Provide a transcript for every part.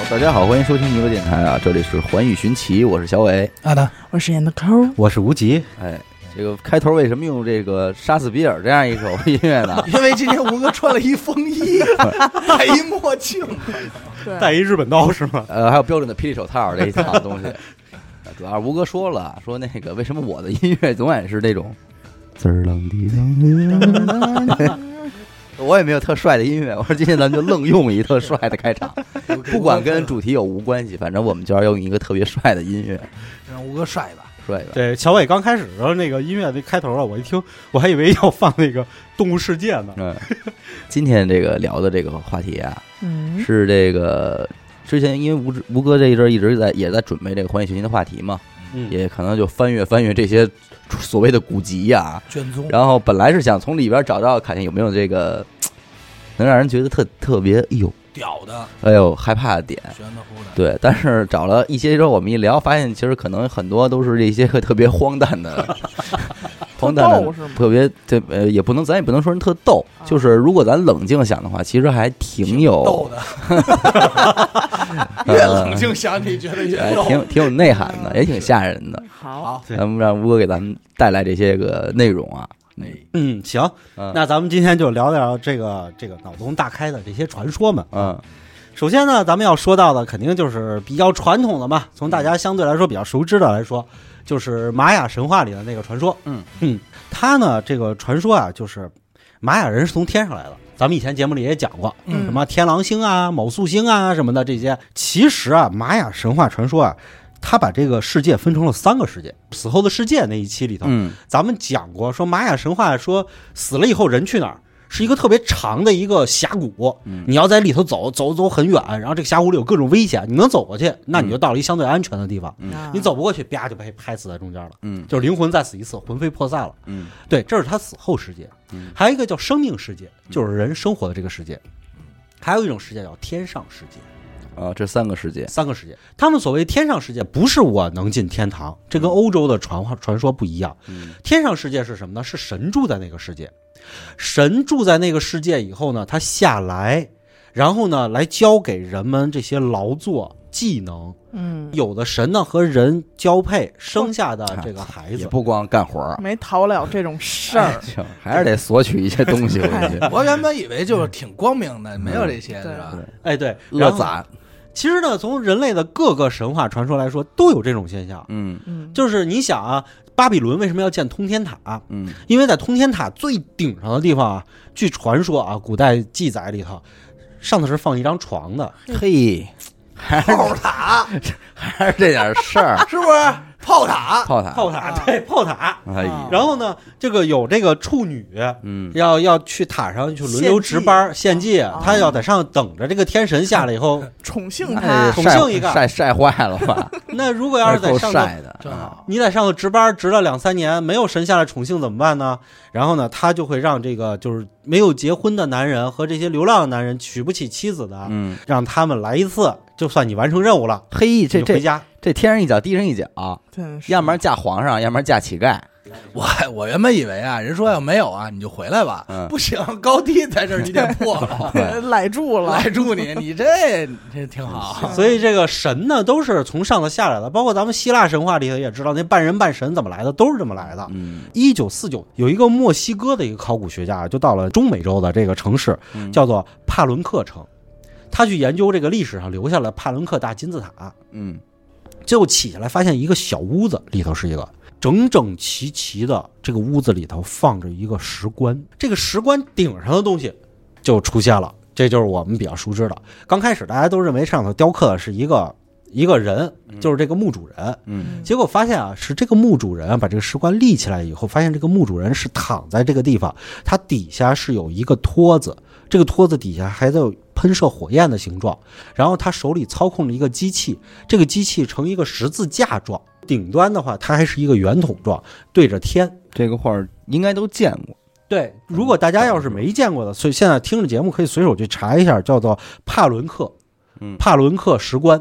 大家好，欢迎收听娱乐电台啊！这里是环宇寻奇，我是小伟。 好的，我是演的抠， 我是无极。 哎，这个开头为什么用这个杀死比尔这样一首音乐呢？ 因为今天吴哥穿了一风衣，戴一墨镜， 带一日本刀是吗？ 还有标准的霹雳手套这一套东西。主要是吴哥说了，说那个为什么我的音乐永远是那种滋儿啷滴啷。我也没有特帅的音乐，我说今天咱们就愣用一特帅的开场，不管跟主题有无关系，反正我们就要用一个特别帅的音乐， 让吴哥帅吧， 帅吧。 对，小伟刚开始的时候那个音乐那开头啊，我一听我还以为要放那个《动物世界》呢。 嗯，今天这个聊的这个话题啊，是这个之前因为吴哥这一阵一直也在准备这个环宇寻奇的话题嘛，也可能就翻阅这些所谓的古籍呀、 卷宗， 然后本来是想从里边找到看看有没有这个能让人觉得特别屌的， 哎呦害怕的点， 玄的乎的， 对，但是找了一些之后，我们一聊发现，其实可能很多都是这些特别荒诞的。荒诞的特别也不能，咱也不能说人特逗，就是如果咱冷静想的话，其实还挺有逗的。越冷静想，你觉得越逗， 挺有内涵的，也挺吓人的。 好， 咱们让吴哥给咱们带来这些个内容啊。 行，那咱们今天就聊聊这个脑洞大开的这些传说们。首先呢，咱们要说到的肯定就是比较传统的嘛，从大家相对来说比较熟知的来说，就是玛雅神话里的那个传说。它呢这个传说啊，就是玛雅人是从天上来的。咱们以前节目里也讲过，什么天狼星啊、昴宿星啊什么的这些。其实啊，玛雅神话传说啊，他把这个世界分成了3个世界。死后的世界那一期里头，咱们讲过，说玛雅神话说死了以后人去哪儿，是一个特别长的一个峡谷，你要在里头走很远，然后这个峡谷里有各种危险，你能走过去，那你就到了一相对安全的地方。你走不过去，啪就被拍死在中间了。就是灵魂再死一次，魂飞魄散了。对，这是他死后世界。还有一个叫生命世界，就是人生活的这个世界。还有一种世界叫天上世界。 这3个世界， 他们所谓天上世界，不是我能进天堂，这跟欧洲的传说不一样。天上世界是什么呢？是神住在那个世界，神住在那个世界以后呢，他下来，然后呢，来教给人们这些劳作技能。有的神呢和人交配生下的这个孩子， 也不光干活， 没逃了这种事儿， 还是得索取一些东西。 我原本以为就是挺光明的，没有这些，是吧？ 对， 恶攒。 其实呢，从人类的各个神话传说来说，都有这种现象。就是你想啊，巴比伦为什么要建通天塔？因为在通天塔最顶上的地方啊，据传说啊，古代记载里头，上头是放一张床的。 嘿， 炮塔， 还是这点事儿， 是不是？炮塔， 对，炮塔。然后呢，这个有这个处女，要去塔上去轮流值班献祭，他要在上等着这个天神下来以后宠幸他， 宠幸一个， 晒坏了吧？ 那如果要是在上头晒的， 你在上头值班值了2-3年，没有神下来宠幸怎么办呢？然后呢，他就会让这个就是没有结婚的男人和这些流浪的男人娶不起妻子的，让他们来一次，就算你完成任务了。 嘿，这回家。 这天上一脚地上一脚，要不然嫁皇上，要不然嫁乞丐。 我原本以为啊，人说要没有啊，你就回来吧。不行，高低在这儿你得破了， 赖住你， 你这挺好。 所以这个神呢，都是从上头下来的，包括咱们希腊神话里头也知道，那半人半神怎么来的，都是这么来的。1949有一个墨西哥的一个考古学家，就到了中美洲的这个城市，叫做帕伦克城，他去研究这个历史上留下了帕伦克大金字塔。结果起下来发现一个小屋子，里头是一个整整齐齐的，这个屋子里头放着一个石棺，这个石棺顶上的东西就出现了，这就是我们比较熟知的。刚开始大家都认为上头雕刻的是一个人，就是这个墓主人。结果发现啊，是这个墓主人把这个石棺立起来以后，发现这个墓主人是躺在这个地方，他底下是有一个托子，这个托子底下还有喷射火焰的形状，然后他手里操控着一个机器，这个机器呈一个十字架状，顶端的话它还是一个圆筒状，对着天。 这个画应该都见过。 对，如果大家要是没见过的，所以现在听着节目可以随手去查一下，叫做帕伦克石棺。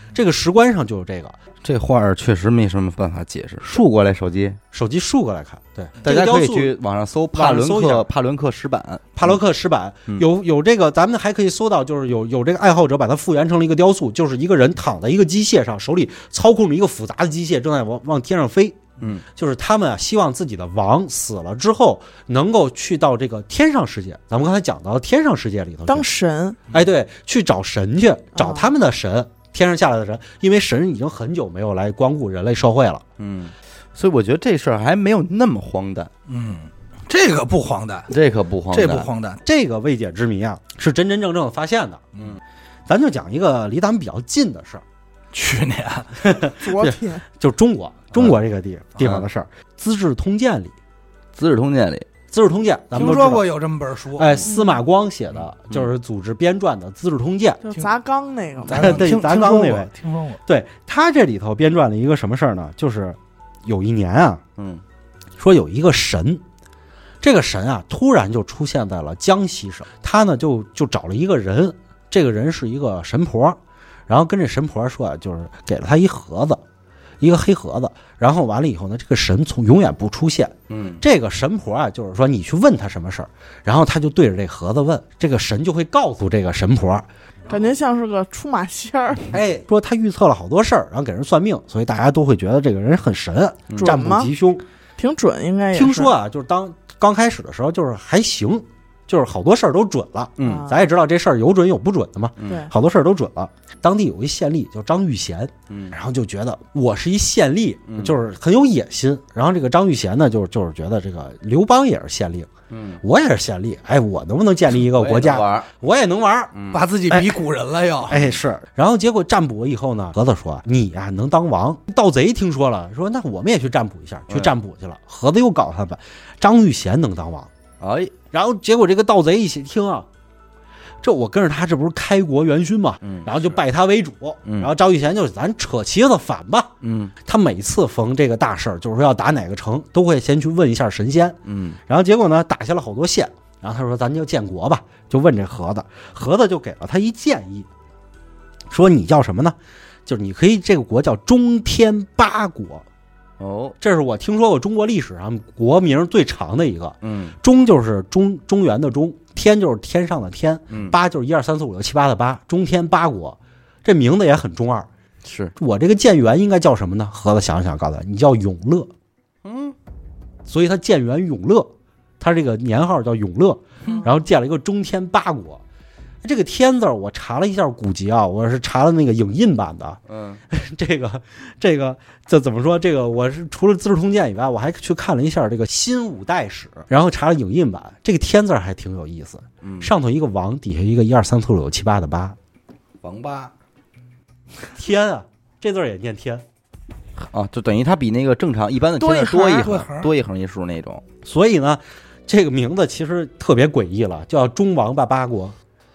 这个石棺上就有这个。 这画确实没什么办法解释，竖过来手机竖过来看，对， 大家可以去网上搜帕伦克石板， 帕洛克石板有这个，咱们还可以搜到，就是有这个爱好者把它复原成了一个雕塑，就是一个人躺在一个机械上，手里操控着一个复杂的机械，正在往天上飞。就是他们啊，希望自己的王死了之后能够去到这个天上世界。咱们刚才讲到天上世界里头当神， 哎，对，去找神去，找他们的神。天上下来的神，因为神已经很久没有来光顾人类社会了， 所以我觉得这事儿还没有那么荒诞， 这个不荒诞， 这可不荒诞， 这不荒诞， 这个未解之谜啊，是真真正正的发现的，咱就讲一个离咱们比较近的事儿， 去年， 昨天就中国这个地方的事儿，《资治通鉴》里，《 资治通鉴》 咱们听说过有这么本书， 哎，司马光写的，就是组织编撰的《资治通鉴》， 就砸缸那个， 对，砸缸那位， 听说过。 对，他这里头编撰了一个什么事儿呢？就是有一年啊，说有一个神，这个神啊，突然就出现在了江西省，他呢就找了一个人，这个人是一个神婆，然后跟这神婆说啊，就是给了他一盒子。一个黑盒子，然后完了以后呢，这个神永远不出现。这个神婆啊，就是说你去问他什么事儿，然后他就对着这盒子问，这个神就会告诉这个神婆， 感觉像是个出马仙儿。 哎，说他预测了好多事儿，然后给人算命，所以大家都会觉得这个人很神，占卜吉凶， 挺准，应该也听说啊，就是刚开始的时候，就是还行。就是好多事儿都准了，咱也知道这事儿有准有不准的嘛， 对， 好多事儿都准了。当地有一县吏叫张玉贤，然后就觉得我是一县吏，就是很有野心。然后这个张玉贤呢，就是觉得这个刘邦也是县令，我也是县吏，哎，我能不能建立一个国家？我也能玩， 把自己比古人了又。 哎，是。然后结果占卜以后呢，盒子说你呀能当王。盗贼听说了，说那我们也去占卜一下，去占卜去了。盒子又告诉他们，张玉贤能当王。哎，然后结果这个盗贼一起听啊，这我跟着他，这不是开国元勋嘛？然后就拜他为主。然后赵玉贤就是咱扯旗子反吧。他每次逢这个大事儿，就是说要打哪个城，都会先去问一下神仙。然后结果呢，打下了好多县。然后他说咱就建国吧，就问这盒子，盒子就给了他一建议，说你叫什么呢？就是你可以这个国叫中天八国。这是我听说过中国历史上国名最长的一个。中就是中原的中，天就是天上的天，八就是1、2、3、4、5、6、7、8的8，中天八国，这名字也很中二。 是我这个建元应该叫什么呢？盒子想想告诉他，你叫永乐。所以他建元永乐，他这个年号叫永乐，然后建了一个中天八国。这个天字我查了一下古籍啊，我是查了那个影印版的。这个这怎么说？这个我是除了《资治通鉴》以外，我还去看了一下这个《新五代史》，然后查了影印版。这个天字还挺有意思，上头一个王，底下一个1、2、3、4、5、6、7、8的8， 王八天啊，这字也念天啊，就等于它比那个正常一般的天字多一横一竖那种。 所以呢，这个名字其实特别诡异了，叫中王八国。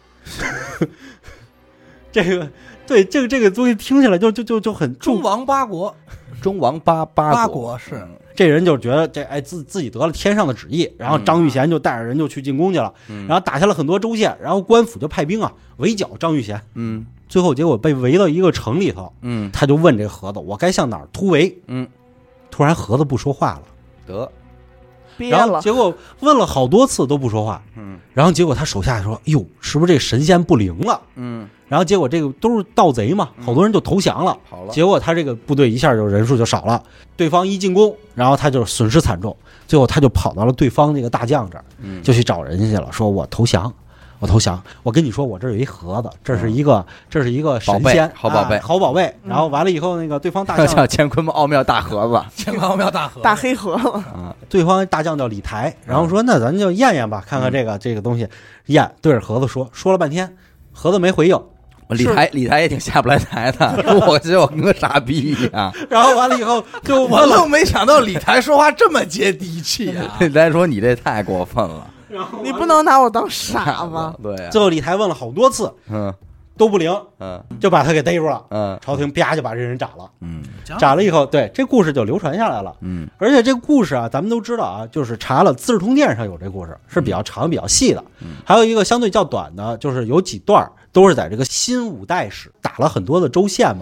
这个对这个东西听起来就很中王八国， 中王八国是这人就觉得这自己得了天上的旨意，然后张玉贤就带着人就去进宫去了，然后打下了很多州县，然后官府就派兵啊围剿张玉贤，最后结果被围到一个城里头，他就问这盒子我该向哪儿突围，突然盒子不说话了， 得。 然后结果问了好多次都不说话，然后结果他手下说：“哟，是不是这神仙不灵了？”然后结果这个都是盗贼嘛，好多人就投降了，跑了。结果他这个部队一下就人数就少了，对方一进攻，然后他就损失惨重，最后他就跑到了对方那个大将这儿，就去找人家去了，说我投降。我跟你说，我这儿有一盒子，这是一个神仙好宝贝。 然后完了以后，那个对方大将叫乾坤奥妙大盒子， 大黑盒子对方大将叫李台，然后说那咱就验验吧，看看这个东西。验对着盒子说了半天，盒子没回应。 李台也挺下不来台的，我觉得我跟个傻逼一样。 然后完了以后， 我都没想到李台说话这么接地气啊！ 李台说你这太过分了。 你不能拿我当傻吗？ 对、 最后李台问了好多次，都不灵，就把他给逮住了，朝廷啪就把这人斩了，斩了以后，对，这故事就流传下来了，而且这个故事啊，咱们都知道啊，就是查了《资治通鉴》上有这故事，是比较长、比较细的，还有一个相对较短的，就是有几段都是在这个新五代史打了很多的州县嘛，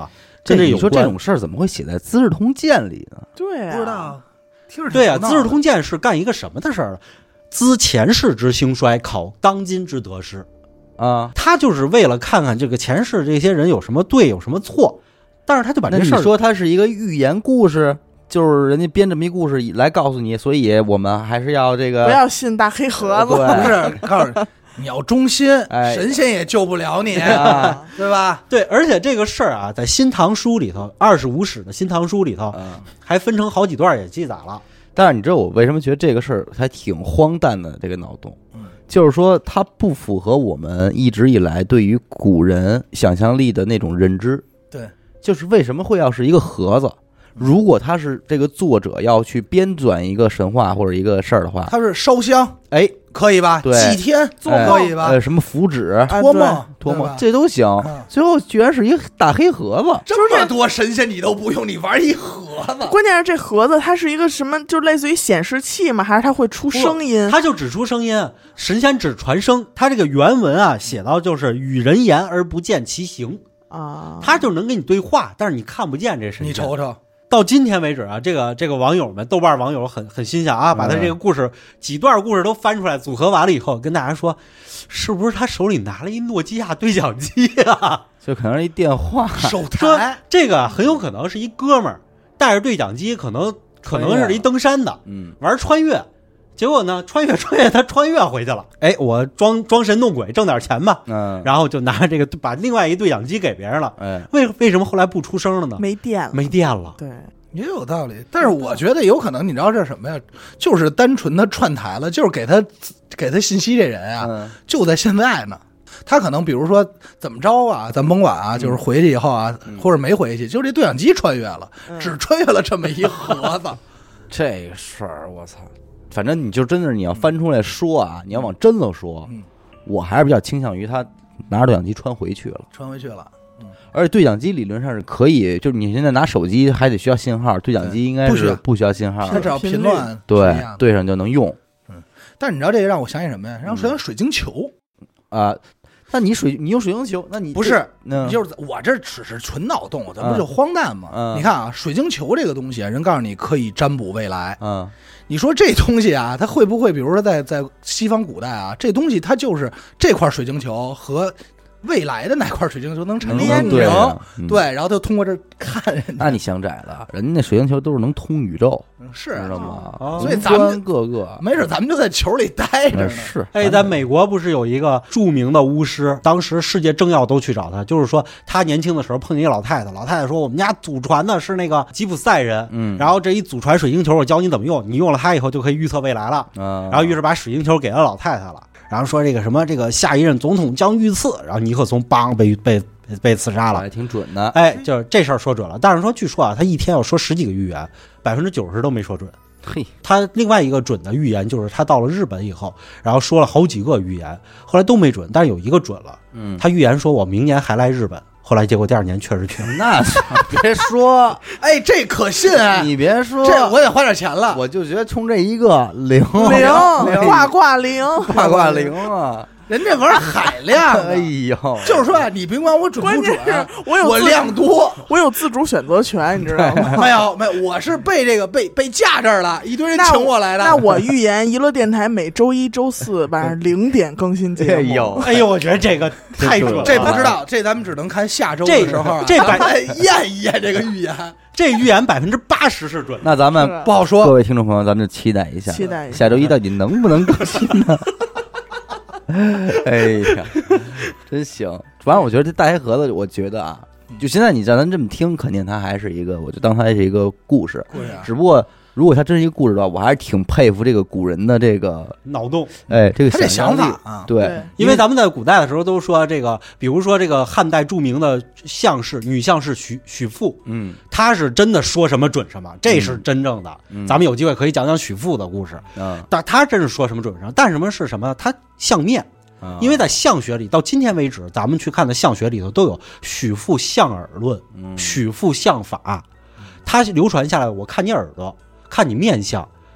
跟这有关。 你说这种事儿怎么会写在《资治通鉴》里呢？ 对啊， 不知道。 对啊，《资治通鉴》是干一个什么的事儿？资前世之兴衰，考当今之得失啊。 他就是为了看看这个前世这些人有什么对，有什么错。但是他就把这事儿， 你说他是一个寓言故事，就是人家编这么一故事来告诉你，所以我们还是要这个不要信大黑盒子， 不是告诉你。你要忠心，神仙也救不了你，对吧？ 对，而且这个事儿啊，在《新唐书》里头，25史的《新唐书》里头，还分成好几段也记载了。 但是你知道我为什么觉得这个事儿还挺荒诞的？这个脑洞，就是说它不符合我们一直以来对于古人想象力的那种认知。 对， 就是为什么会要是一个盒子？如果他是这个作者要去编纂一个神话或者一个事儿的话， 他是烧香， 哎， 可以吧？ 对， 祭天做可以吧？ 什么符纸、 托梦、 这都行。最后居然是一个大黑盒子， 这么多神仙你都不用，你玩一盒子。 关键是这盒子它是一个什么？就类似于显示器吗？还是它会出声音？ 它就只出声音，神仙只传声。它这个原文啊，写到就是与人言而不见其形啊， 它就能跟你对话，但是你看不见这神仙。 你瞅瞅。 到今天为止啊，这个网友们，豆瓣网友很心想啊，把他这个故事几段故事都翻出来，组合完了以后，跟大家说，是不是他手里拿了一诺基亚对讲机啊？ 就可能是一电话手台， 这个很有可能是一哥们儿带着对讲机，可能是一登山的，玩穿越。结果呢，穿越他穿越回去了。哎，我装神弄鬼挣点钱吧。然后就拿这个把另外一对讲机给别人了。为什么后来不出声了呢？ 没电了。对， 也有道理。但是我觉得有可能，你知道这是什么呀？就是单纯的串台了，就是给他信息这人啊，就在现在呢。他可能比如说怎么着啊，咱甭管啊，就是回去以后啊，或者没回去，就这对讲机穿越了，只穿越了这么一盒子。 这个事儿，我操！反正你就真的是你要翻出来说啊，你要往真了说，我还是比较倾向于他拿着对讲机穿回去了。而且对讲机理论上是可以，就是你现在拿手机还得需要信号，对讲机应该是不需要信号， 它只要频乱对上就能用。 但是你知道这个让我想起什么呀？让我想起水晶球啊。那你用水晶球，那你不是，就是我这只是纯脑洞，咱不就荒诞吗？你看啊，水晶球这个东西，人告诉你可以占卜未来。你说这东西啊，它会不会，比如说在西方古代啊，这东西它就是这块水晶球和未来的哪块水晶球能产生共鸣？对，然后就通过这看人。 那你想窄了，人家那水晶球都是能通宇宙， 是知道吗？ 所以咱们各个没准咱们就在球里待着呢。 是， 哎，在美国不是有一个著名的巫师，当时世界政要都去找他，就是说他年轻的时候碰见一个老太太，老太太说我们家祖传的是那个吉普赛人，然后这一祖传水晶球，我教你怎么用，你用了它以后就可以预测未来了。然后于是把水晶球给了老太太了。然后说这个什么，这个下一任总统将遇刺，然后尼克松邦被刺杀了， 还挺准的。 哎，就是这事儿说准了。但是说，据说啊，他一天要说10几个预言，90%都没说准。 嘿， 他另外一个准的预言就是他到了日本以后，然后说了好几个预言，后来都没准，但是有一个准了。他预言说我明年还来日本。后来结果第2年确实去了。 那别说， 哎，这可信哎！ 你别说， 这我得花点钱了。 我就觉得冲这一个零挂零啊！ 人这玩海量， 哎呦， 就是说你甭管我准不准， 我量多， 我有自主选择权，你知道吗？ 没有，我是被这个被架这儿了，一堆人请我来的。 那我预言娱乐电台每周1、周4晚上0点更新节目。 哎呦，我觉得这个太准了。 这不知道，这咱们只能看下周的时候， 这验一验这个预言。 这预言80%是准。 那咱们不好说， 各位听众朋友，咱们就期待一下，下周1到底能不能更新呢？哎呀，真行！反正我觉得这大黑盒子，我觉得啊，就现在你让咱这么听，肯定它还是一个，我就当它是一个故事。只不过如果它真是一个故事的话，我还是挺佩服这个古人的这个脑洞， 哎，这个想法啊，对， 因为咱们在古代的时候都说这个，比如说这个汉代著名的相士女相士许父，他是真的说什么准什么，这是真正的。咱们有机会可以讲讲许父的故事，但他真是说什么准什么。但什么是什么？他相面。因为在相学里，到今天为止，咱们去看的相学里头都有许父相耳论、许父相法，它流传下来，我看你耳朵，看你面相，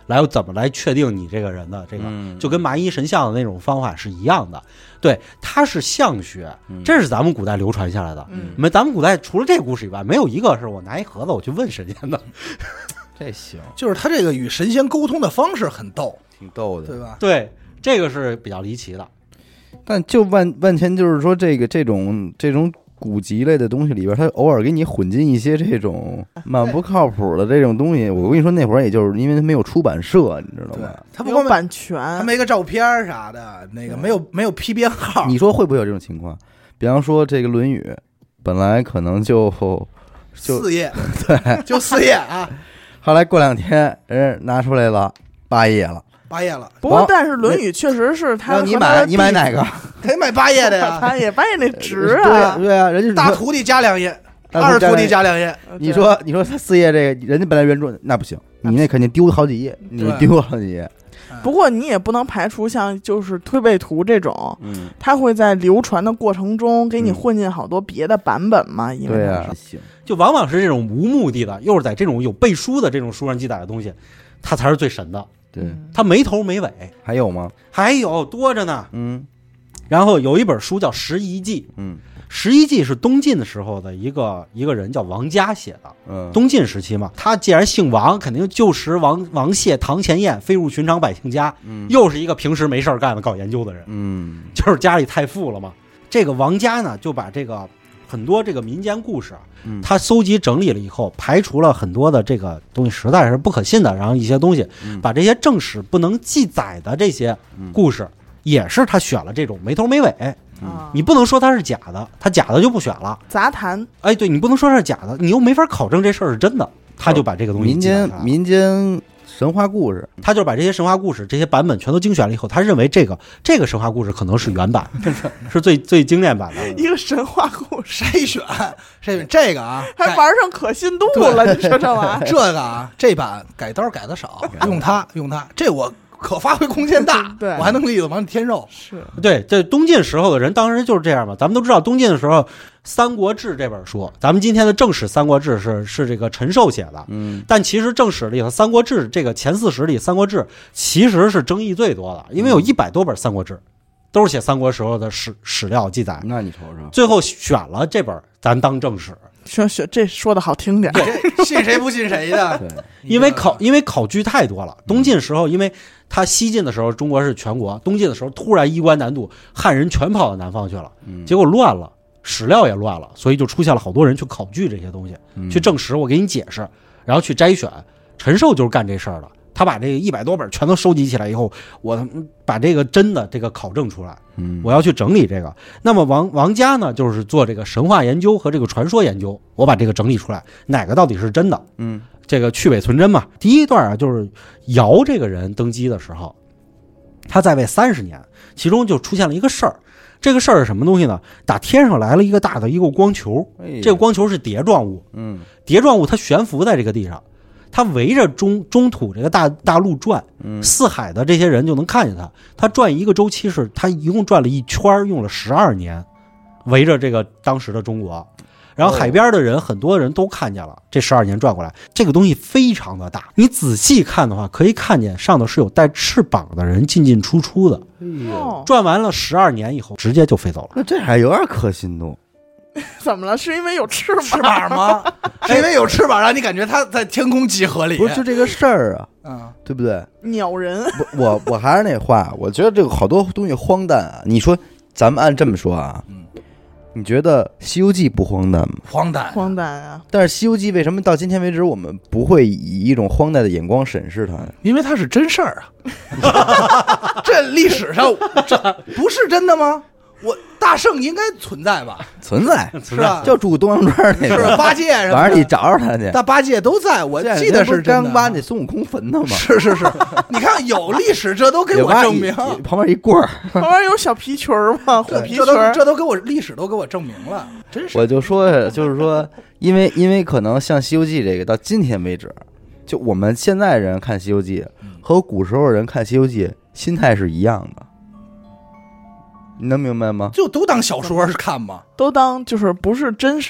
来怎么来确定你这个人的这个，就跟麻衣神像的那种方法是一样的。对，它是相学，这是咱们古代流传下来的。咱们古代除了这个故事以外，没有一个是我拿一盒子我去问神仙的。 这行， 就是他这个与神仙沟通的方式很逗， 挺逗的， 对吧？ 对，这个是比较离奇的。 但就万千就是说这种古籍类的东西里边，他偶尔给你混进一些这种蛮不靠谱的这种东西。我跟你说，那会儿也就是因为他没有出版社，你知道吗？ 他不光版权， 他没个照片啥的，那个没有批编号。 你说会不会有这种情况？比方说这个《论语》，本来可能就 4页， 对， 就4页啊。 后来过2天，人拿出来了8页了。 8页了， 不过但是《论语》确实是他你买哪个？ 得买8页的呀 ，8页那值啊！ 对啊，人家大徒弟加2页，二徒弟加2页。 你说他4页这个，人家本来原著那不行，你那肯定丢好几页，你丢好几页。 不过你也不能排除像就是推背图这种，它会在流传的过程中给你混进好多别的版本嘛。因为对啊，行， 就往往是这种无目的的，又是在这种有背书的这种书上记载的东西，它才是最神的。 对， 它没头没尾。 还有吗？ 还有多着呢。然后有一本书叫《拾遗记》。拾遗记是东晋的时候的一个人叫王嘉写的。东晋时期嘛，他既然姓王，肯定旧时王谢堂前燕，飞入寻常百姓家。又是一个平时没事干的搞研究的人。就是家里太富了嘛。这个王嘉呢，就把这个很多这个民间故事，他搜集整理了以后，排除了很多的这个东西实在是不可信的，然后一些东西，把这些正史不能记载的这些故事，也是他选了这种没头没尾。你不能说它是假的，他假的就不选了。 杂谈， 哎，对，你不能说它是假的，你又没法考证这事儿是真的，他就把这个东西民间神话故事， 他就把这些神话故事这些版本全都精选了以后，他认为这个神话故事可能是原版，是最经典版的一个神话故事。 筛选这个啊， 还玩上可信度了，你说这玩意儿？ 这个啊，这版改刀改的少，用它，这我可发挥空间大， 对， 我还能立着往里添肉。 是对，这东晋时候的人当时就是这样嘛。咱们都知道，东晋的时候，《三国志》这本书，咱们今天的正史《三国志》是这个陈寿写的，但其实正史里头，《三国志》这个前40里，《三国志》其实是争议最多的，因为有100多本《三国志》，都是写三国时候的史料记载。 那你瞅瞅， 最后选了这本咱当正史。 这说的好听点， 信谁不信谁的。 对， 因为考据太多了。东晋时候，因为他西晋的时候中国是全国，东晋的时候突然衣冠南渡，汉人全跑到南方去了，结果乱了，史料也乱了，所以就出现了好多人去考据这些东西，去证实，我给你解释，然后去摘选。陈寿就是干这事儿的。他把这个100多本全都收集起来以后，我把这个真的这个考证出来，我要去整理这个。那么王嘉呢，就是做这个神话研究和这个传说研究，我把这个整理出来，哪个到底是真的？这个去伪存真嘛。第一段啊，就是尧这个人登基的时候，他在位30年，其中就出现了一个事儿。这个事儿是什么东西呢？打天上来了一个大的一个光球，这个光球是碟状物，碟状物它悬浮在这个地上。他围着中土这个大陆转，4海的这些人就能看见他。他转一个周期是，他一共转了一圈，用了12年，围着这个当时的中国。然后海边的人很多人都看见了，这12年转过来，这个东西非常的大。你仔细看的话，可以看见上头是有带翅膀的人进进出出的。转完了12年以后，直接就飞走了。 那这还有点可信度。 怎么了？是因为有翅膀吗？是因为有翅膀让你感觉它在天空集合里？ 不是，就这个事儿啊，对不对？ 鸟人， 我还是那话，我觉得这个好多东西荒诞啊。你说，咱们按这么说啊，你觉得《西游记》不荒诞吗？ 荒诞啊！ 但是《西游记》为什么到今天为止我们不会以一种荒诞的眼光审视它？ 因为它是真事儿啊！这历史上这不是真的吗？大圣应该存在吧？ 存在是吧？ 就住东阳庄那个是八戒什么的， 晚上你找找他去。 大八戒都在，我记得是刚挖那孙悟空坟的嘛。 是，你看有历史，这都给我证明。 旁边一棍儿， 旁边有小皮裙嘛，虎皮裙， 这都给我历史都给我证明了，真是。 我就说，就是说，因为可能像《西游记》这个，到今天为止，就我们现在人看《西游记》和古时候人看《西游记》心态是一样的。你能明白吗？ 就都当小说看嘛， 都当就是不是真事儿。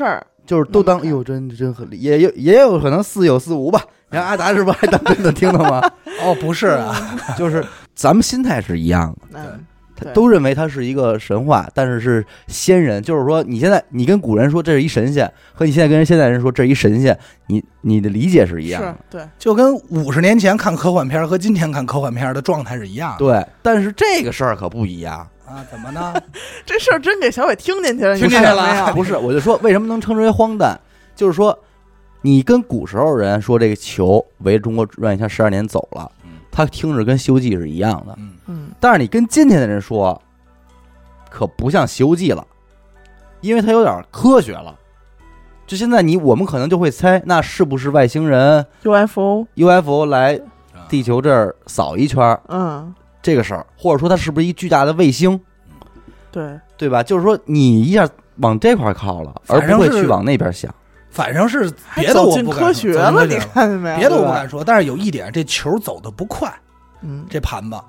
就是都当哎呦真合理，也有可能似有似无吧。你看阿达是不是还当真的听了吗？ 哦，不是啊， 就是咱们心态是一样的。他都认为它是一个神话，但是是先人，就是说你现在你跟古人说这是一神仙，和你现在跟现代人说这是一神仙，你的理解是一样的， 对， 就跟50年前看科幻片和今天看科幻片的状态是一样的。 对，但是这个事儿可不一样啊，怎么呢？ 这事儿真给小伟听进去了， 听进去了。 不是，我就说为什么能称之为荒诞，就是说你跟古时候人说这个球围着中国转一圈12年走了，他听着跟《西游记》是一样的，但是你跟今天的人说，可不像《西游记》了，因为它有点科学了。就现在我们可能就会猜，那是不是外星人 UFO 来地球这儿扫一圈？这个事儿，或者说它是不是一巨大的卫星？对吧？就是说你一下往这块靠了，而不会去往那边想。 反正是别的我不敢说， 科学了，你看见没有？ 别的我不敢说，但是有一点，这球走的不快。这盘子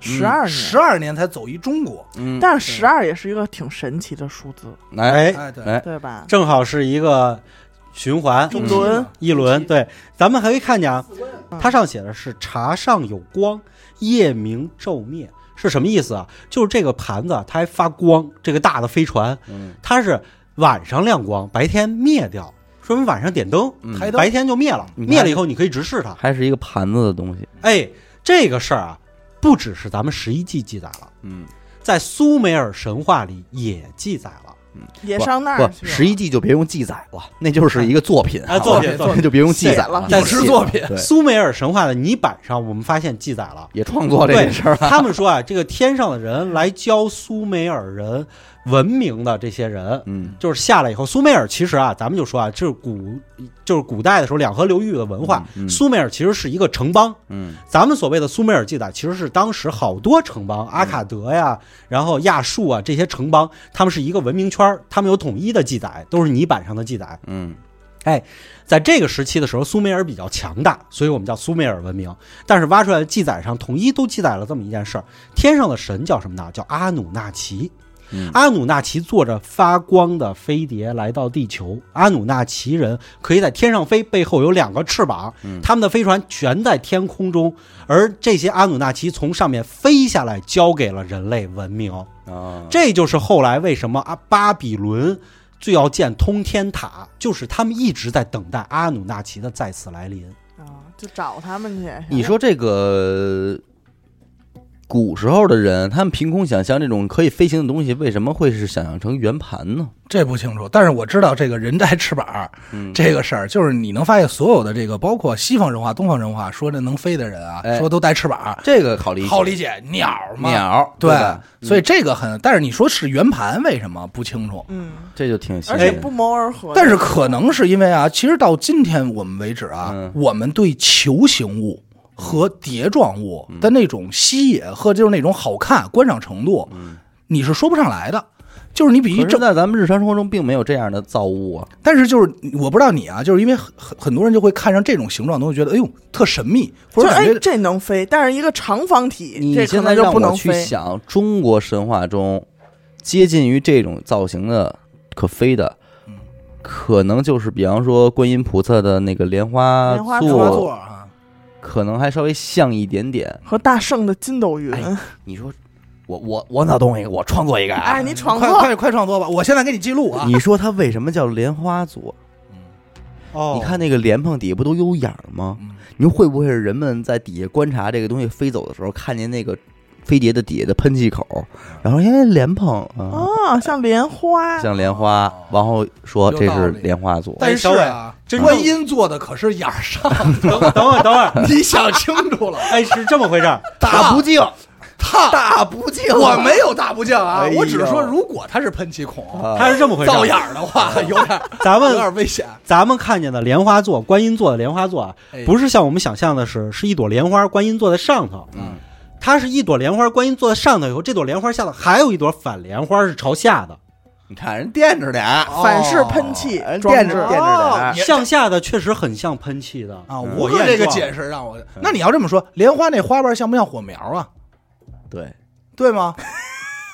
12年才走一中国， 但是12也是一个挺神奇的数字，对吧？ 正好是一个循环一轮，对，咱们还可以看见啊，它上写的是茶上有光，夜明昼灭，是什么意思啊？就是这个盘子它还发光，这个大的飞船，它是晚上亮光，白天灭掉。说明晚上点灯，白天就灭了，灭了以后你可以直视它， 还是一个盘子的东西。 哎，这个事儿啊，不只是咱们11纪记载了，在苏美尔神话里也记载了， 也上那儿去了。 11纪就别用记载了，那就是一个作品啊， 作品就别用记载了， 影视作品。 苏美尔神话的泥板上，我们发现记载了， 也创作这件事儿。 他们说啊，这个天上的人来教苏美尔人文明的这些人，就是下来以后，苏美尔其实啊，咱们就说啊，就是古代的时候两河流域的文化，苏美尔其实是一个城邦，咱们所谓的苏美尔记载其实是当时好多城邦，阿卡德呀，然后亚述啊这些城邦，他们是一个文明圈，他们有统一的记载，都是泥板上的记载，在这个时期的时候，苏美尔比较强大，所以我们叫苏美尔文明。但是挖出来的记载上统一都记载了这么一件事儿：天上的神叫什么呢？叫阿努纳奇。阿努纳奇坐着发光的飞碟来到地球，阿努纳奇人可以在天上飞，背后有2个翅膀，他们的飞船全在天空中，而这些阿努纳奇从上面飞下来，交给了人类文明。这就是后来为什么巴比伦就要建通天塔，就是他们一直在等待阿努纳奇的再次来临就找他们去。 你说这个古时候的人，他们凭空想象这种可以飞行的东西，为什么会是想象成圆盘呢？ 这不清楚，但是我知道这个人带翅膀这个事儿，就是你能发现所有的这个，包括西方神话、东方神话，说这能飞的人啊，说都带翅膀， 这个好理解， 鸟嘛， 对， 所以这个但是你说是圆盘，为什么不清楚？ 这就挺而且不谋而合。 但是可能是因为啊，其实到今天我们为止啊，我们对球形物和碟状物的那种吸引和就是那种好看观赏程度，你是说不上来的。就是你比喻在咱们日常生活中并没有这样的造物啊。 但是就是我不知道你啊，就是因为很多人就会看上这种形状，都会觉得哎呦特神秘，或者感觉这能飞，但是一个长方体， 你现在让我去想中国神话中接近于这种造型的可飞的，可能就是比方说观音菩萨的那个莲花座啊， 可能还稍微像一点点， 和大圣的筋斗云。 你说我脑洞一个，我创作一个啊！ 你创作， 快创作吧！我现在给你记录啊！ 你说它为什么叫莲花座？你看那个莲蓬底下不都有眼吗？你说会不会是人们在底下观察这个东西飞走的时候，看见那个飞碟的底下的喷气口，然后莲蓬像莲花， 然后说这是莲花座。 但是啊，观音做的可是眼上。 等会儿， 你想清楚了？ 是这么回事。 大不敬。 大不敬，我没有大不敬啊，我只是说，如果它是喷气孔， 它是这么回事， 造眼的话，有点危险。 咱们看见的莲花座，观音座的莲花座啊，不是像我们想象的是一朵莲花，观音坐在上头，它是一朵莲花，观音坐在上头以后，这朵莲花下头还有一朵反莲花是朝下的。 你看人垫着点， 反式喷气， 垫着点， 向下的确实很像喷气的啊。我这个解释让我，那你要这么说，莲花那花瓣像不像火苗啊？ 对吗？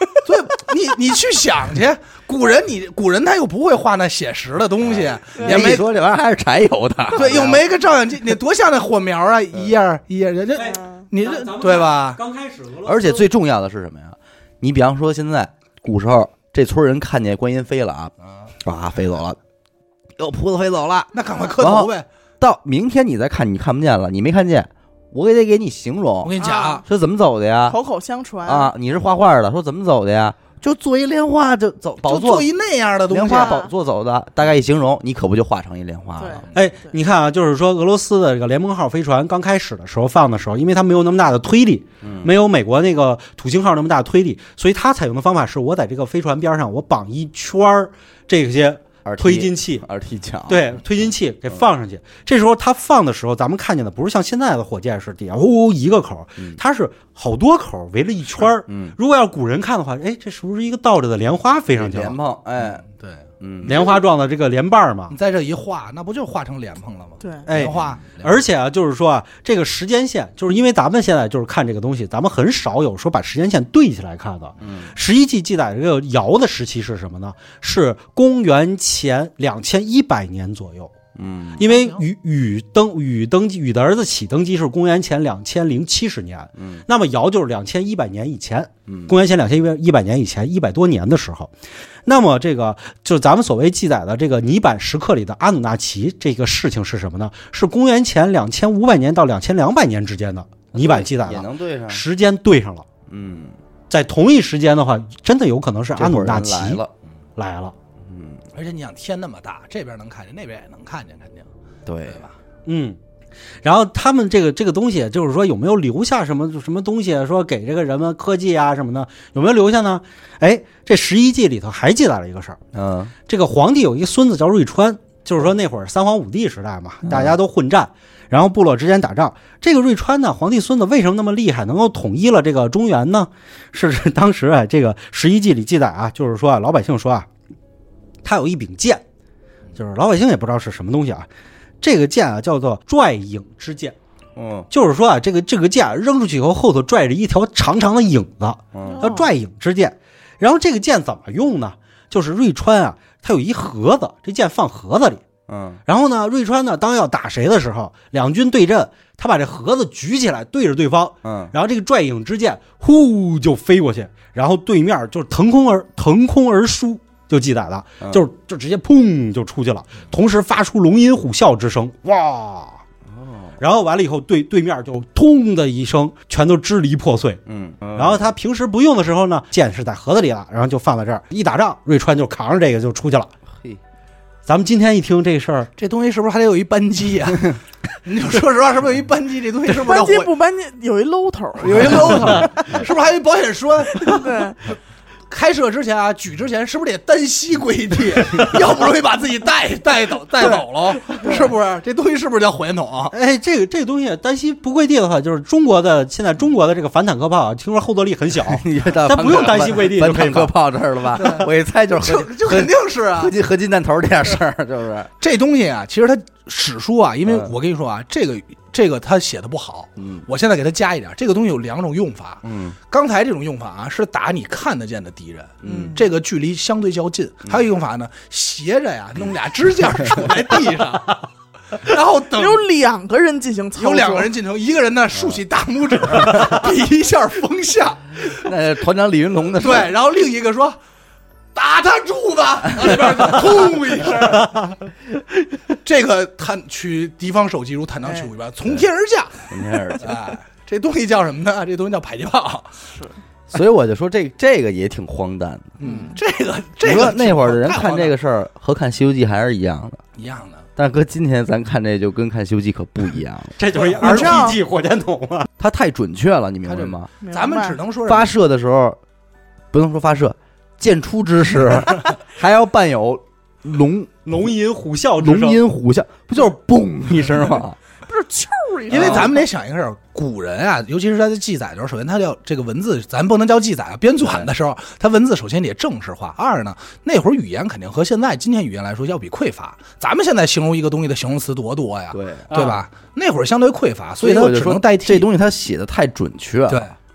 所以你去想去，古人他又不会画那写实的东西，也没说这玩意儿还是柴油的， 对，又没个照相机，你多像那火苗啊，一页一页这你这对吧？ 刚开始， 而且最重要的是什么呀？你比方说现在古时候，这村人看见观音飞了啊，飞走了，哟，菩萨飞走了， 那赶快磕头呗。 到明天你再看，你看不见了，你没看见，我也得给你形容。 我跟你讲， 是怎么走的呀？ 口口相传啊！你是画画的，说怎么走的呀？就做一莲花，就走宝座， 做一那样的东西， 莲花宝座走的，大概一形容，你可不就画成一莲花了？ 哎，你看啊，就是说俄罗斯的这个联盟号飞船刚开始的时候放的时候，因为它没有那么大的推力，没有美国那个土星号那么大的推力，所以它采用的方法是我在这个飞船边上我绑一圈这些推进器 ，RT 墙， 对，推进器给放上去。这时候它放的时候，咱们看见的不是像现在的火箭是底下呼一个口，它是好多口围了一圈。如果要古人看的话，哎，这是不是一个倒着的莲花飞上去了？ 莲蓬，哎， 对， 莲花状的这个莲瓣嘛。 你在这一画，那不就画成莲蓬了吗？ 对， 莲花。 而且啊，就是说啊，这个时间线，就是因为咱们现在就是看这个东西，咱们很少有说把时间线对起来看的。11纪记载这个尧的时期是什么呢？是公元前2100年左右。因为禹的儿子启登基是公元前2070年，那么尧就是2100年以前，公元前2100年以前100多年的时候，那么这个就是咱们所谓记载的这个泥板石刻里的阿努纳奇这个事情是什么呢？是公元前2500年到2200年之间的泥板记载了， 也能对上， 时间对上了。在同一时间的话，真的有可能是阿努纳奇来了。 而且你想天那么大，这边能看见，那边也能看见，肯定对吧？ 然后他们这个东西，就是说有没有留下什么东西，说给这个人们科技啊什么的，有没有留下呢？哎，这11纪里头还记载了一个事儿，这个皇帝有一个孙子叫瑞川，就是说那会儿三皇五帝时代嘛，大家都混战，然后部落之间打仗。这个瑞川呢，皇帝孙子为什么那么厉害，能够统一了这个中原呢？是当时啊，这个11纪里记载啊，就是说老百姓说啊。他有一柄剑，就是老百姓也不知道是什么东西啊。这个剑啊叫做拽影之剑，就是说啊，这个剑扔出去以后，后头拽着一条长长的影子，叫拽影之剑。然后这个剑怎么用呢？就是瑞川啊，他有一盒子，这剑放盒子里，然后呢，瑞川呢，当要打谁的时候，两军对阵，他把这盒子举起来对着对方，然后这个拽影之剑呼就飞过去，然后对面就是腾空而出。就记载了，就直接砰就出去了，同时发出龙吟虎啸之声，哇！然后完了以后，对面就通的一声，全都支离破碎。然后他平时不用的时候呢，剑是在盒子里了，然后就放在这儿。一打仗，瑞川就扛着这个就出去了。咱们今天一听这事儿， 这东西是不是还得有一扳机啊？你就说实话，是不是有一扳机？这东西是不是扳机不扳机有一搂头， 有一搂头，是不是还有一保险栓？ 对。 开射之前啊，举之前是不是得单膝跪地？要不容易把自己带走了，是不是？这东西是不是叫火箭筒？ 哎，这个东西单膝不跪地的话，就是现在中国的这个反坦克炮啊，听说后坐力很小，它不用单膝跪地就可以。 反坦克炮这儿了吧？我一猜就肯定是啊， 合金弹头这样事儿，就是这东西啊。其实它史书啊，因为我跟你说啊，这个他写的不好，我现在给他加一点，这个东西有2种用法，刚才这种用法啊是打你看得见的敌人，这个距离相对较近，还有一个用法呢，斜着呀弄俩支架杵在地上，然后等有2个人进行操作， 有2个人进行，一个人呢竖起大拇指比一下风向， 那团长李云龙的对，然后另一个说。打他柱子，那边轰一声，这个取敌方首级如坦荡取物一般，从天而降。 从天而降， 哎，这东西叫什么呢？这东西叫迫击炮。 是，所以我就说这个也挺荒诞的。 这个你说那会儿的人看这个事儿和看《西游记》还是一样的， 一样的。 但搁今天咱看这就跟看《西游记》可不一样了， 这就是 RPG 火箭筒啊， 它太准确了，你明白吗？ 咱们只能说发射的时候不能说发射。箭出之时，还要伴有龙吟虎啸， 不就是嘣一声吗？ 不是啾一声。 因为咱们得想一个事儿，古人啊，尤其是他在记载的时候，首先他要这个文字，咱不能叫记载啊，编纂的时候，他文字首先得正式化。二呢，那会儿语言肯定和现在今天语言来说要比匮乏。咱们现在形容一个东西的形容词多呀，对吧？那会儿相对匮乏，所以他只能代替。 这东西他写的太准确了。 对。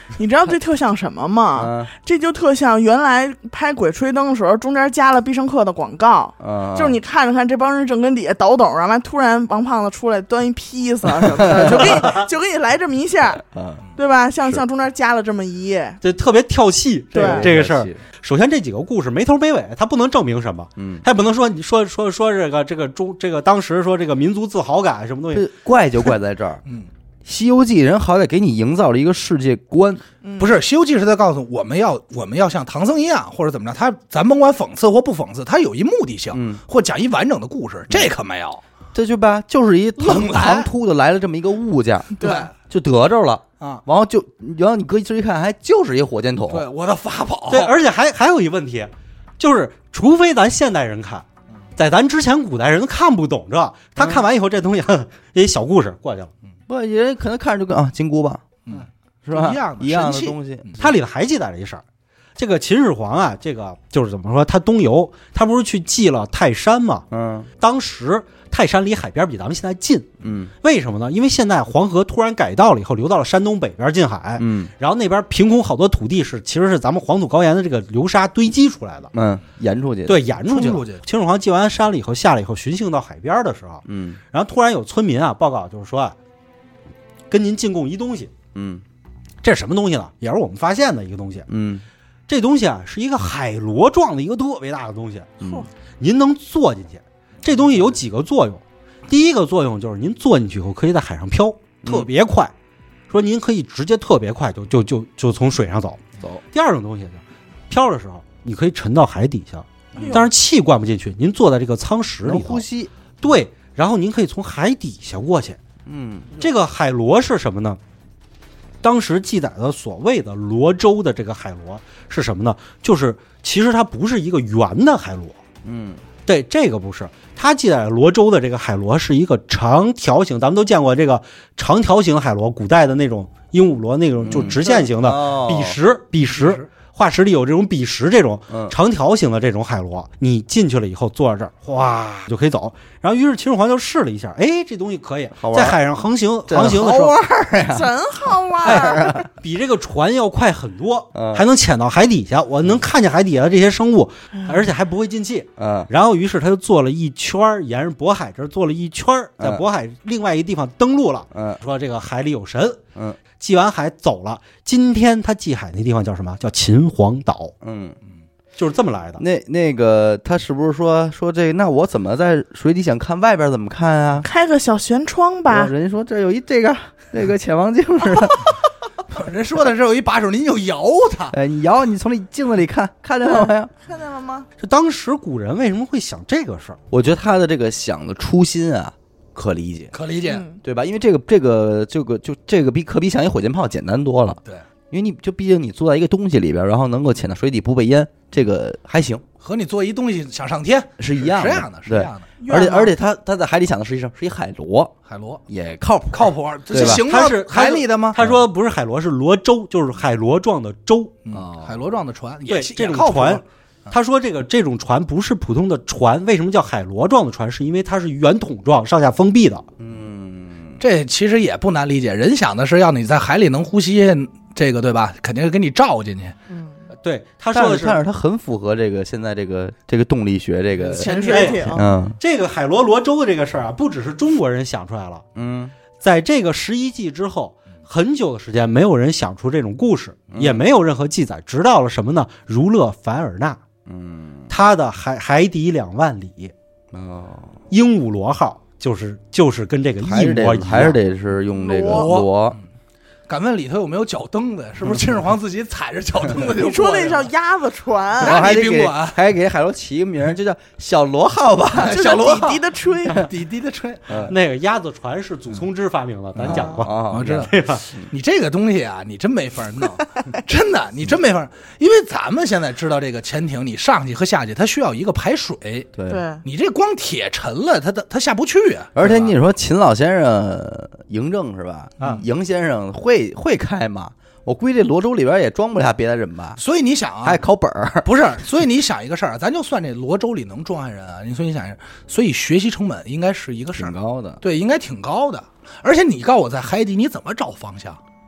你知道这特像什么吗？这就特像原来拍《鬼吹灯》的时候，中间加了必胜客的广告，就是你看着看这帮人正跟底下倒斗，然后突然王胖子出来端一披萨什么的，就给你来这么一下，对吧？像中间加了这么一页， 这特别跳戏， 对这个事儿。首先这几个故事没头没尾，它不能证明什么，它也不能说你说这个当时说这个民族自豪感什么东西， 怪就怪在这儿。西游记人好歹给你营造了一个世界观， 不是西游记是在告诉我们要像唐僧一样或者怎么着，咱甭管讽刺或不讽刺，它有一目的性，或讲一完整的故事，这可没有。 这就吧，就是一唐突的来了这么一个物件， 对， 就得着了啊， 然后你搁一看，还就是一火箭筒， 对，我的法宝。 对，而且还有一问题，就是除非咱现代人看，在咱之前古代人都看不懂这，他看完以后这东西一小故事过去了。 不，人可能看着就跟金箍棒，是吧？ 一样的东西。 它里头还记载了一事儿，这个秦始皇啊，这个就是怎么说，他东游，他不是去祭了泰山吗？当时泰山离海边比咱们现在近，为什么呢？因为现在黄河突然改道了以后，流到了山东北边近海，然后那边凭空好多土地其实是咱们黄土高原的这个流沙堆积出来的， 延出去， 对，延出去了。秦始皇祭完山了以后，下来以后巡行到海边的时候，然后突然有村民啊报告，就是说啊，跟您进贡一东西，这是什么东西呢？也是我们发现的一个东西，这东西啊是一个海螺状的一个特别大的东西，您能坐进去。这东西有几个作用，第一个作用就是您坐进去以后可以在海上漂，特别快，说您可以直接特别快就从水上走。第二种东西就是漂的时候你可以沉到海底下，但是气灌不进去，您坐在这个舱室里呼吸， 对，然后您可以从海底下过去。这个海螺是什么呢？当时记载的所谓的螺洲的这个海螺是什么呢？就是其实它不是一个圆的海螺，对，这个不是，它记载螺洲的这个海螺是一个长条形，咱们都见过这个长条形海螺，古代的那种鹦鹉螺那种就直线型的彼石化石里有这种彼石这种长条形的这种海螺，你进去了以后坐在这儿，哗就可以走。然后于是秦始皇就试了一下，哎，这东西可以在海上航行的时候， 真好玩， 比这个船要快很多，还能潜到海底下，我能看见海底下的这些生物，而且还不会进气。然后于是他就做了一圈，沿着渤海这儿做了一圈，在渤海另外一个地方登陆了，说这个海里有神，祭完海走了。今天他祭海那地方叫什么？叫秦皇岛。就是这么来的。 那个他是不是说这那我怎么在水底想看外边怎么看啊？ 开个小舷窗吧。 人家说这有一这个潜望镜似的。 人说的是有一把手，您就摇它。 你摇，你从镜子里看见了没有？ 看见了吗？ 就当时古人为什么会想这个事儿？ 我觉得他的这个想的初心啊，可理解，对吧？因为这个比想一火箭炮简单多了。 对， 因为你就毕竟你坐在一个东西里边，然后能够潜到水底不被淹，这个还行。 和你做一东西想上天是一样的， 是一样的。 而且他在海里想的实际上是一海螺也靠谱， 这行到海里的吗？ 他说不是海螺，是螺洲，就是海螺状的洲， 海螺状的船。 对，这种船，他说这种船不是普通的船，为什么叫海螺状的船？是因为它是圆筒状，上下封闭的。 这其实也不难理解，人想的是要你在海里能呼吸，这个对吧？肯定是给你罩进去。 对，他说的但是他很符合这个现在这个动力学这个潜水艇。 这个海螺洲的这个事儿啊，不只是中国人想出来了。在这个11纪之后，很久的时间没有人想出这种故事，也没有任何记载。直到了什么呢？儒勒凡尔纳，他的海底2万里，鹦鹉螺号就是跟这个一模一样， 还是得是用这个螺。 敢问里头有没有脚蹬的？是不是秦始皇自己踩着脚蹬的？ 你说那叫鸭子船， 然后还给海螺起一个名，就叫小螺号吧， 小螺滴滴的吹， 滴滴的吹。 那个鸭子船是祖冲之发明的，咱讲过。 我知道。你这个东西啊，你真没法弄，真的，你真没法。因为咱们现在知道这个潜艇，你上去和下去，它需要一个排水。 对， 你这光铁沉了，它下不去啊。 而且你说秦老先生嬴政是吧？嬴先生会开吗？我估计这螺洲里边也装不下别的人吧。 所以你想啊， 还考本儿不是？所以你想一个事儿，咱就算这螺洲里能装下人啊，所以你想，所以学习成本应该是一个事儿， 挺高的。 对，应该挺高的。而且你告诉我在海底你怎么找方向？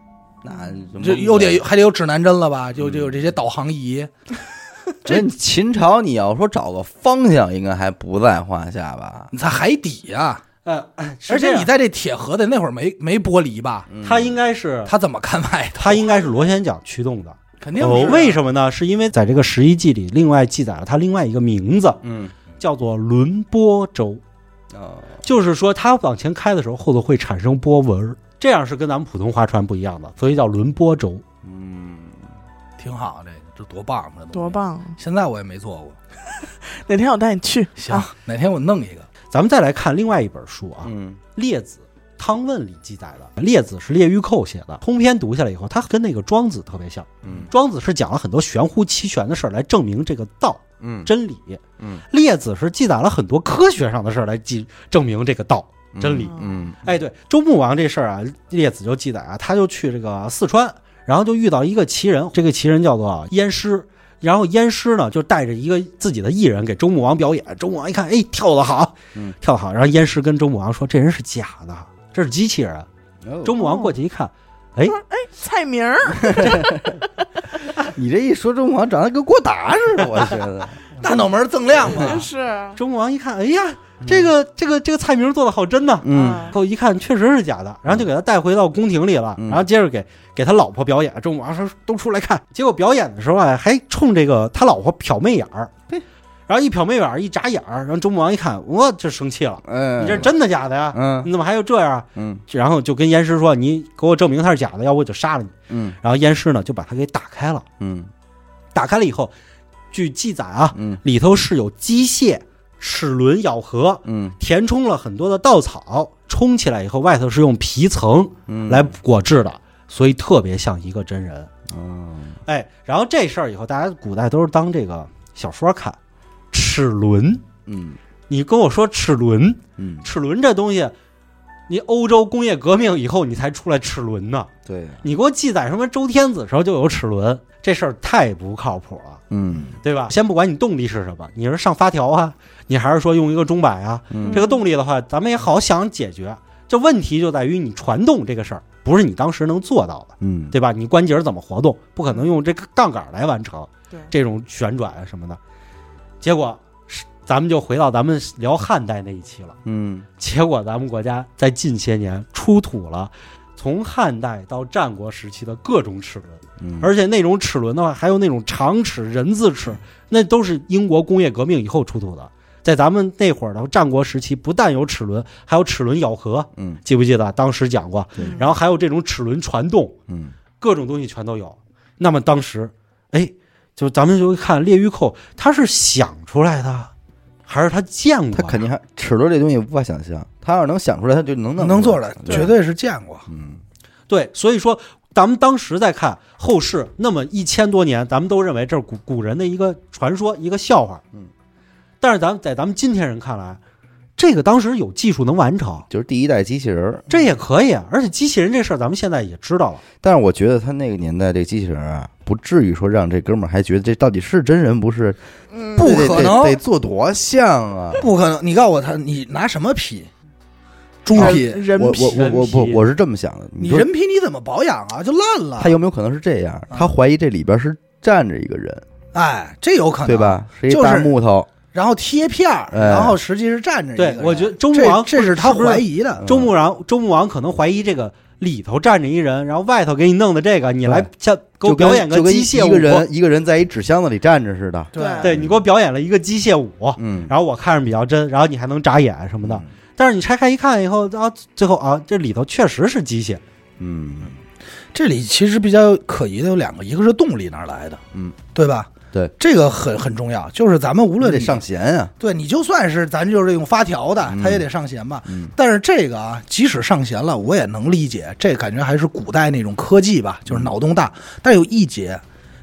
那就还得有指南针了吧？就有这些导航仪。 这秦朝你要说找个方向，应该还不在话下吧？ 你在海底呀，而且你在这铁盒子那会儿没玻璃吧？ 它应该是它怎么看外头？ 它应该是螺旋桨驱动的， 肯定是。 为什么呢？是因为在这个《十一记》里，另外记载了它另外一个名字，叫做轮波舟。就是说它往前开的时候，后头会产生波纹，这样是跟咱们普通划船不一样的，所以叫轮波舟。 挺好，这多棒啊！ 多棒！ 现在我也没做过， 哪天我带你去。 行，哪天我弄一个。 咱们再来看另外一本书啊，列子汤问里记载的。列子是列御寇写的，通篇读下来以后，他跟那个庄子特别像。庄子是讲了很多玄乎奇玄的事儿来证明这个道，真理。列子是记载了很多科学上的事儿来证明这个道真理。对，周穆王这事儿啊，列子就记载啊，他就去这个四川。然后就遇到一个奇人，这个奇人叫做燕师，然后燕师呢就带着一个自己的艺人给周穆王表演。周穆王一看，跳得好，跳得好。然后燕师跟周穆王说，这人是假的，这是机器人。周穆王过去一看， 蔡明儿， 你这一说，周穆王长得跟郭达似的，我觉得大脑门锃亮嘛。 是周穆王一看，这个蔡明做的好真呢，后一看确实是假的，然后就给他带回到宫廷里了，然后接着给他老婆表演。周穆王说都出来看，结果表演的时候啊，还冲这个他老婆瞟媚眼儿，然后一瞟媚眼儿一眨眼儿，然后周穆王一看，我这生气了，你这是真的假的呀？你怎么还有这样？然后就跟燕师说，你给我证明他是假的，要不我就杀了你。然后燕师呢就把他给打开了，打开了以后，据记载啊，里头是有机械。齿轮咬合，填充了很多的稻草，冲起来以后，外头是用皮层来裹制的，所以特别像一个真人。然后这事儿以后，大家古代都是当这个小说看。齿轮，你跟我说齿轮，齿轮这东西，你欧洲工业革命以后你才出来齿轮呢。 对， 你给我记载什么周天子的时候就有齿轮，这事儿太不靠谱了。对吧？先不管你动力是什么，你是上发条啊，你还是说用一个钟摆啊？这个动力的话，咱们也好想解决。这问题就在于你传动这个事儿，不是你当时能做到的，对吧？你关节怎么活动，不可能用这个杠杆来完成这种旋转啊什么的。结果咱们就回到咱们聊汉代那一期了，结果咱们国家在近些年出土了从汉代到战国时期的各种齿轮，而且那种齿轮的话，还有那种长齿、人字齿，那都是英国工业革命以后出土的。在咱们那会儿的战国时期，不但有齿轮，还有齿轮咬合，记不记得当时讲过？然后还有这种齿轮传动，各种东西全都有。那么当时，就咱们就看列御寇，他是想出来的，还是他见过？ 他肯定还齿轮这东西无法想象，他要是能想出来，他就能做的，绝对是见过。 对，所以说咱们当时在看后世那么1000多年，咱们都认为这是古人的一个传说，一个笑话。但是在咱们今天人看来，这个当时有技术能完成， 就是第一代机器人， 这也可以。而且机器人这事儿，咱们现在也知道了。 但是我觉得他那个年代这个机器人啊，不至于说让这哥们儿还觉得这到底是真人不是？ 不可能， 得做多像啊！ 不可能，你告诉我你拿什么皮？猪皮、 人皮？ 我是这么想的。 你人皮你怎么保养啊？就烂了。 他有没有可能是这样？他怀疑这里边是站着一个人。 这有可能， 对吧？是一大木头。 然后贴片然后实际是站着一个人。 对，我觉得周穆王这是他怀疑的。 周穆王可能怀疑这个里头站着一人，然后外头给你弄的这个，你来给我表演个机械舞， 一个人在一纸箱子里站着似的。 对，你给我表演了一个机械舞，然后我看着比较真，然后你还能眨眼什么的。但是你拆开一看以后啊，最后啊，这里头确实是机械。 这里其实比较可疑的有2个，一个是动力哪儿来的，对吧？ 对， 这个很重要，就是咱们无论得上弦啊， 对你就算是咱就是用发条的，它也得上弦吧。但是这个啊，即使上弦了，我也能理解，这感觉还是古代那种科技吧，就是脑洞大。但有一节，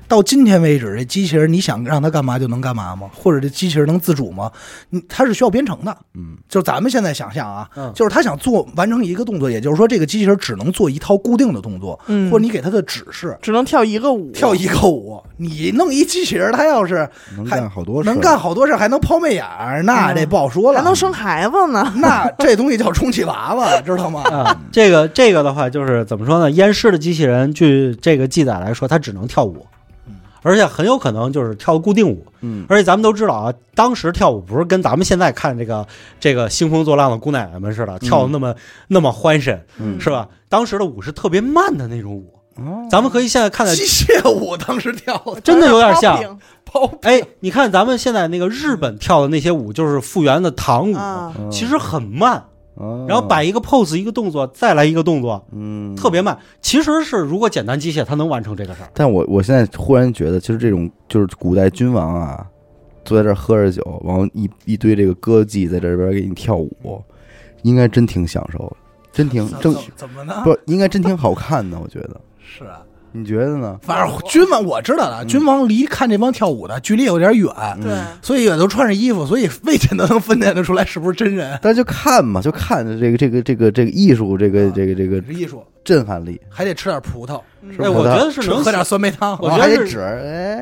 到今天为止，这机器人你想让它干嘛就能干嘛吗？或者这机器人能自主吗？它是需要编程的。就咱们现在想象啊，就是它想完成一个动作，也就是说这个机器人只能做一套固定的动作，或者你给它的指示只能跳一个舞。 你弄一机器人，它要是能干好多事，还能抛媚眼儿，那这不好说了。 还能生孩子呢， 那这东西叫充气娃娃，知道吗？ 这个的话就是怎么说呢？咽尸的机器人，据这个记载来说，它只能跳舞，而且很有可能就是跳固定舞。而且咱们都知道啊，当时跳舞不是跟咱们现在看这个兴风作浪的姑奶奶们似的，跳的那么欢神，是吧？当时的舞是特别慢的那种舞。咱们可以现在看到机械舞，当时跳的真的有点像。哎，你看咱们现在那个日本跳的那些舞，就是复原的唐舞，其实很慢。然后摆一个 pose 一个动作，再来一个动作，特别慢。其实是如果简单机械，它能完成这个事儿。 但我现在忽然觉得，其实这种就是古代君王啊，坐在这儿喝着酒，然后一堆这个歌妓在这边给你跳舞，应该真挺享受的，真挺怎么呢？ 不，应该真挺好看的，我觉得。 是啊。 你觉得呢？ 反正君王我知道了，君王离看这帮跳舞的距离有点远， 对， 所以也都穿着衣服，所以未见得能分辨得出来是不是真人。 但就看嘛，就看这个艺术，这个艺术震撼力， 还得吃点葡萄。 哎，我觉得是能喝点酸梅汤， 我觉得是纸，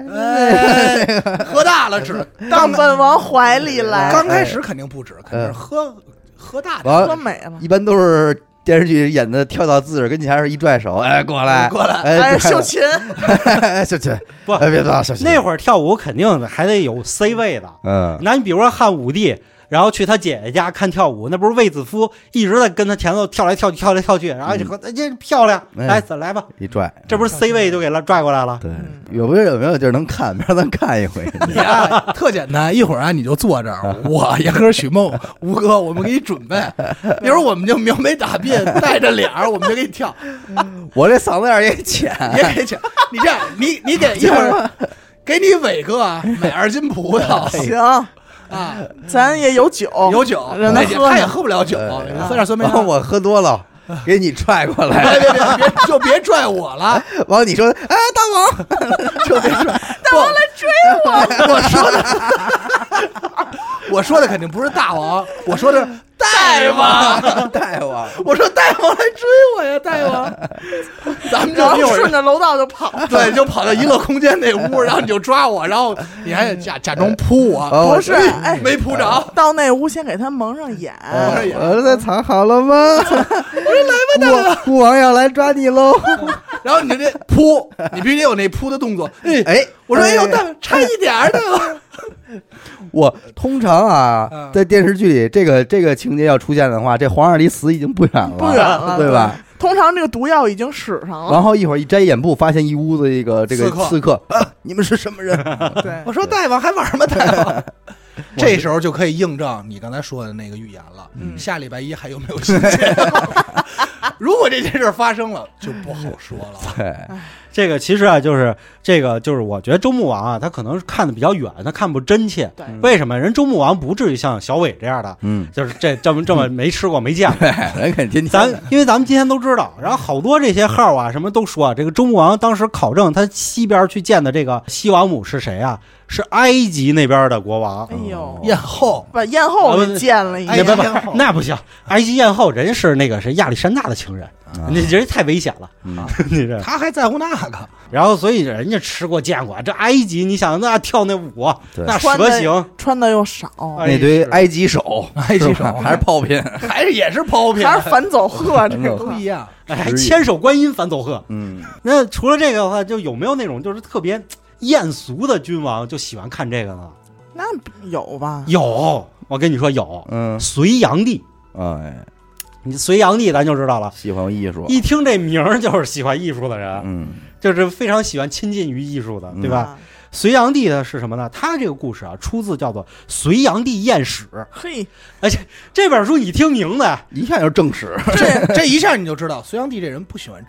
喝大了纸， 到本王怀里来。 刚开始肯定不止，肯定是喝大的， 喝美了。 一般都是。电视剧演的跳到自个儿跟前，是一拽手，哎，过来， 哎，秀琴， 秀琴， 不， 别动，秀琴。 那会儿跳舞肯定还得有 C 位的，那你比如说汉武帝，然后去他姐姐家看跳舞，那不是卫子夫一直在跟他前头跳来跳去，然后就说这漂亮，来吧， 一拽， 这不是 C 位就给他拽过来了。 对，有没有地儿能看？让咱看一回。 你啊，特简单，一会儿啊你就坐这儿，我严哥、许梦、吴哥，我们给你准备。比如我们就描眉打鬓，带着脸儿，我们就给你跳。 我这嗓子眼也浅， 你这样，你给一会儿给你伟哥啊买2斤葡萄， 行。 啊， 咱也有酒，让他喝， 他也喝不了酒，喝点酸梅汤。 我喝多了，给你拽过来， 别拽我了。 完了你说，哎，大王， 就别拽， 大王来追我。我说的肯定不是大王，我说的是大王，我说大王来追我呀，大王。咱们就顺着楼道就跑， 对，就跑到娱乐空间那屋，然后你就抓我，然后你还假装扑我， 不是，哎， 没扑着。 到那屋先给他蒙上眼， 儿子藏好了吗？我说来吧，大王， 孤王要来抓你喽。 然后你这扑，你必须得有那扑的动作。哎，我说哎呦，差一点的。 我通常啊，在电视剧里，这个情节要出现的话，这皇上离死已经不远了，对吧？ 通常这个毒药已经使上了。 然后一会儿一摘眼部，发现一屋子这个刺客，你们是什么人？ 对， 我说大王还玩吗？大王，这时候就可以印证你刚才说的那个预言了。下礼拜一还有没有新鲜？如果这件事发生了，就不好说了。 对。 这个其实啊，就是我觉得周穆王啊，他可能看的比较远，他看不真切。为什么？人周穆王不至于像小伟这样的，就是这么没吃过没见过。 人肯定因为咱们今天都知道，然后好多这些号啊，什么都说这个周穆王当时考证他西边去见的这个西王母是谁啊？是埃及那边的国王。 哎呦， 艳后把艳后给见了一下。 那不行，埃及艳后人是那个谁亚历山大的情人。你这太危险了，你这他还在乎那个， 然后所以人家吃过见过，这埃及你想那跳那舞，那蛇形穿的又少， 那堆埃及手还是抛品， 还是也是抛品， 还是反走鹤，这都一样， 还千手观音反走鹤。那除了这个的话，就有没有那种就是特别艳俗的君王就喜欢看这个呢？ 那有吧？ 有，我跟你说有，隋炀帝， 哎。 你隋炀帝咱就知道了， 喜欢艺术， 一听这名儿就是喜欢艺术的人，就是非常喜欢亲近于艺术的，对吧？隋炀帝的是什么呢？他这个故事啊，出自叫做《隋炀帝艳史》。 嘿， 而且这本书你听名字， 一看就是正史。 这一下你就知道，隋炀帝这人不喜欢臭。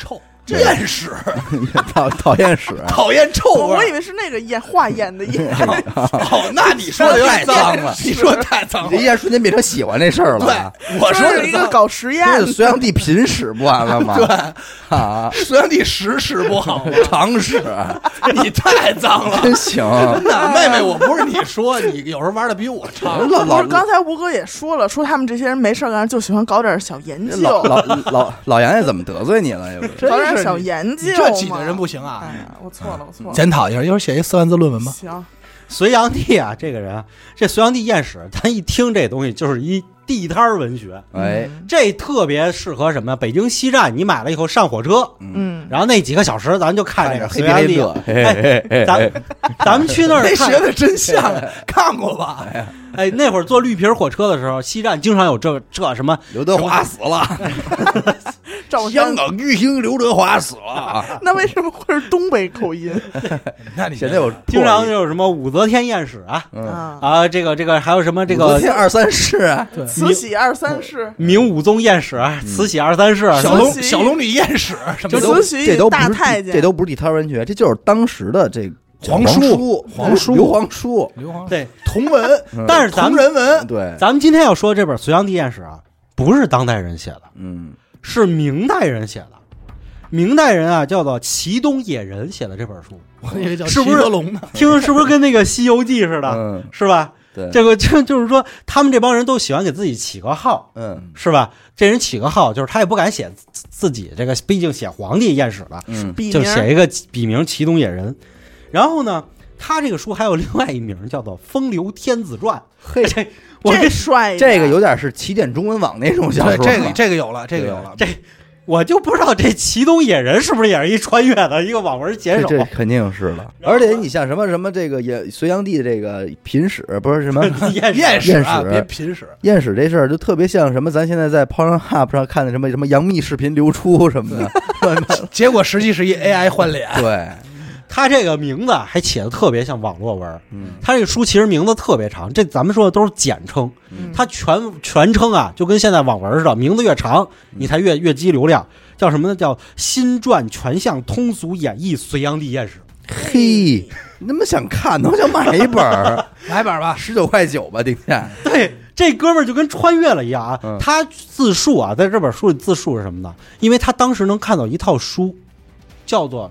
厌屎， 讨厌屎， 讨厌臭味。 我以为是那个咽化烟的咽。 哦，那你说的太脏了，你说的太脏了， 你这一下瞬间变成喜欢这事儿了。 对，我说是一个搞实验， 隋炀帝品屎不完了吗？ 对啊， 隋炀帝屎不好， 常识， 你太脏了， 真行。 妹妹，我不是你说，你有时候玩的比我差。 不是，刚才吴哥也说了，说他们这些人没事干就喜欢搞点小研究。 老杨爷怎么得罪你了？ 搞点小研究， 这几个人不行啊！ 哎呀，我错了。 检讨一下，一会儿写一4万字论文吧。 行。 隋炀帝啊，这个人，这隋炀帝验史，咱一听这东西就是一地摊文学，这特别适合什么？北京西站，你买了以后上火车，然后那几个小时咱就看这个隋炀帝，咱们去那儿看， 学的真像，看过吧？ 哎，那会儿坐绿皮火车的时候，西站经常有这什么刘德华死了，香港巨星刘德华死了， 那为什么会是东北口音？ 那你现在有经常就有什么武则天验史啊，这个还有什么这个武则天2、3世啊， 慈禧2、3世， 明武宗验史，慈禧2、3世， 小龙女验史， 慈禧大太监， 这都不是地摊文学，这就是当时的这皇书、 刘皇书， 对同文， 但是咱们人文， 对， 咱们今天要说这本《隋炀帝验史》啊，不是当代人写的，是明代人写的。明代人啊，叫做祁东野人写的这本书， 我以为叫是不是龙呢？ 听是不是跟那个《西游记》似的，是吧？ 对， 这个就是说，他们这帮人都喜欢给自己起个号，是吧？这人起个号，就是他也不敢写自己这个，毕竟写皇帝验史了，就写一个笔名祁东野人。然后呢，他这个书还有另外一名叫做《风流天子传》。 嘿， 我这帅， 这个有点是起点中文网那种小说。 这个有了，这我就不知道这祁东野人是不是也是一穿越的一个网文写手？ 这肯定是了。而且你像什么这个隋炀帝这个品史，不是什么验史啊，别品史， 验史这事儿就特别像什么，咱现在在 Pornhub 上看的什么杨幂视频流出什么的， 结果实际是一 AI 换脸。 对。 他这个名字还写的特别像网络文，他这个书其实名字特别长，这咱们说的都是简称，他全称啊就跟现在网文似的，名字越长你才越积流量，叫什么呢？叫新传全项通俗演绎隋炀帝验史。 嘿，你那么想看，我想买一本， 买本吧 ，19.9吧，顶天。 对，这哥们儿就跟穿越了一样啊，他自述啊，在这本书里自述是什么呢？因为他当时能看到一套书，叫做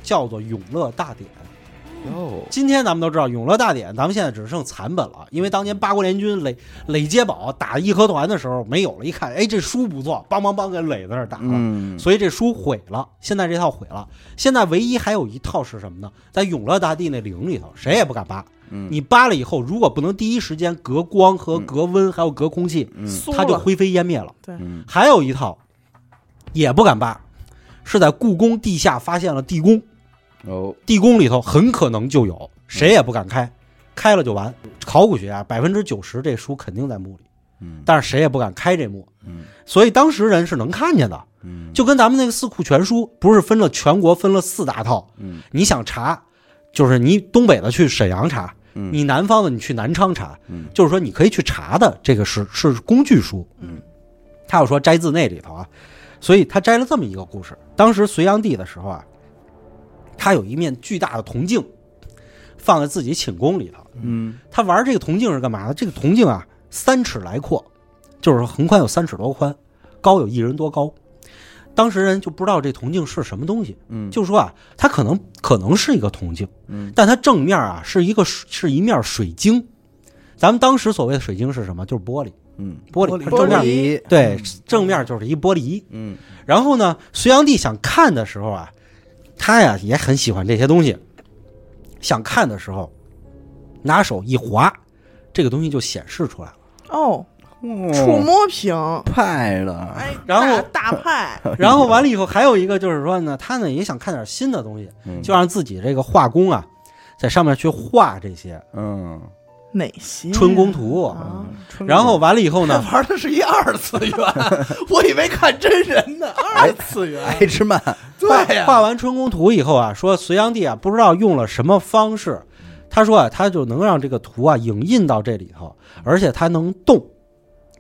《永乐大典》。今天咱们都知道《永乐大典》，咱们现在只剩残本了，因为当年八国联军垒街堡打义和团的时候没有了，一看，哎，这书不错，梆梆梆给垒在那儿打了，所以这书毁了。现在这套毁了，现在唯一还有一套是什么呢？在永乐大帝那陵里头，谁也不敢扒。你扒了以后，如果不能第一时间隔光和隔温，还有隔空气，它就灰飞烟灭了。 对， 还有一套也不敢扒，是在故宫地下发现了地宫。地宫里头很可能就有，谁也不敢开了就完。考古学啊，90%这书肯定在墓里，但是谁也不敢开这墓，所以当时人是能看见的，就跟咱们那个四库全书不是分了全国分了4大套，你想查，就是你东北的去沈阳查，你南方的你去南昌查，就是说你可以去查的，这个是工具书，他要说摘自那里头啊，所以他摘了这么一个故事。当时隋炀帝的时候啊，他有一面巨大的铜镜放在自己寝宫里头，他玩这个铜镜是干嘛呢？这个铜镜啊3尺来阔，就是横宽有3尺多宽，高有1人多高。当时人就不知道这铜镜是什么东西，就说啊，它可能是一个铜镜，但它正面啊是一面水晶。咱们当时所谓的水晶是什么？就是玻璃，玻璃正面，对，正面就是一玻璃。然后呢，隋炀帝想看的时候啊，他呀也很喜欢这些东西，想看的时候拿手一划，这个东西就显示出来了。 触摸屏派了， 哎， 然后大派， 然后完了以后还有一个就是说呢，他呢也想看点新的东西，就让自己这个画工啊在上面去画这些哪些春宫图，然后完了以后呢， 玩的是一2次元，我以为看真人呢，2次元 H 漫， 对呀。 画完春宫图以后啊，说隋炀帝啊不知道用了什么方式，他说啊他就能让这个图啊影印到这里头，而且它能动，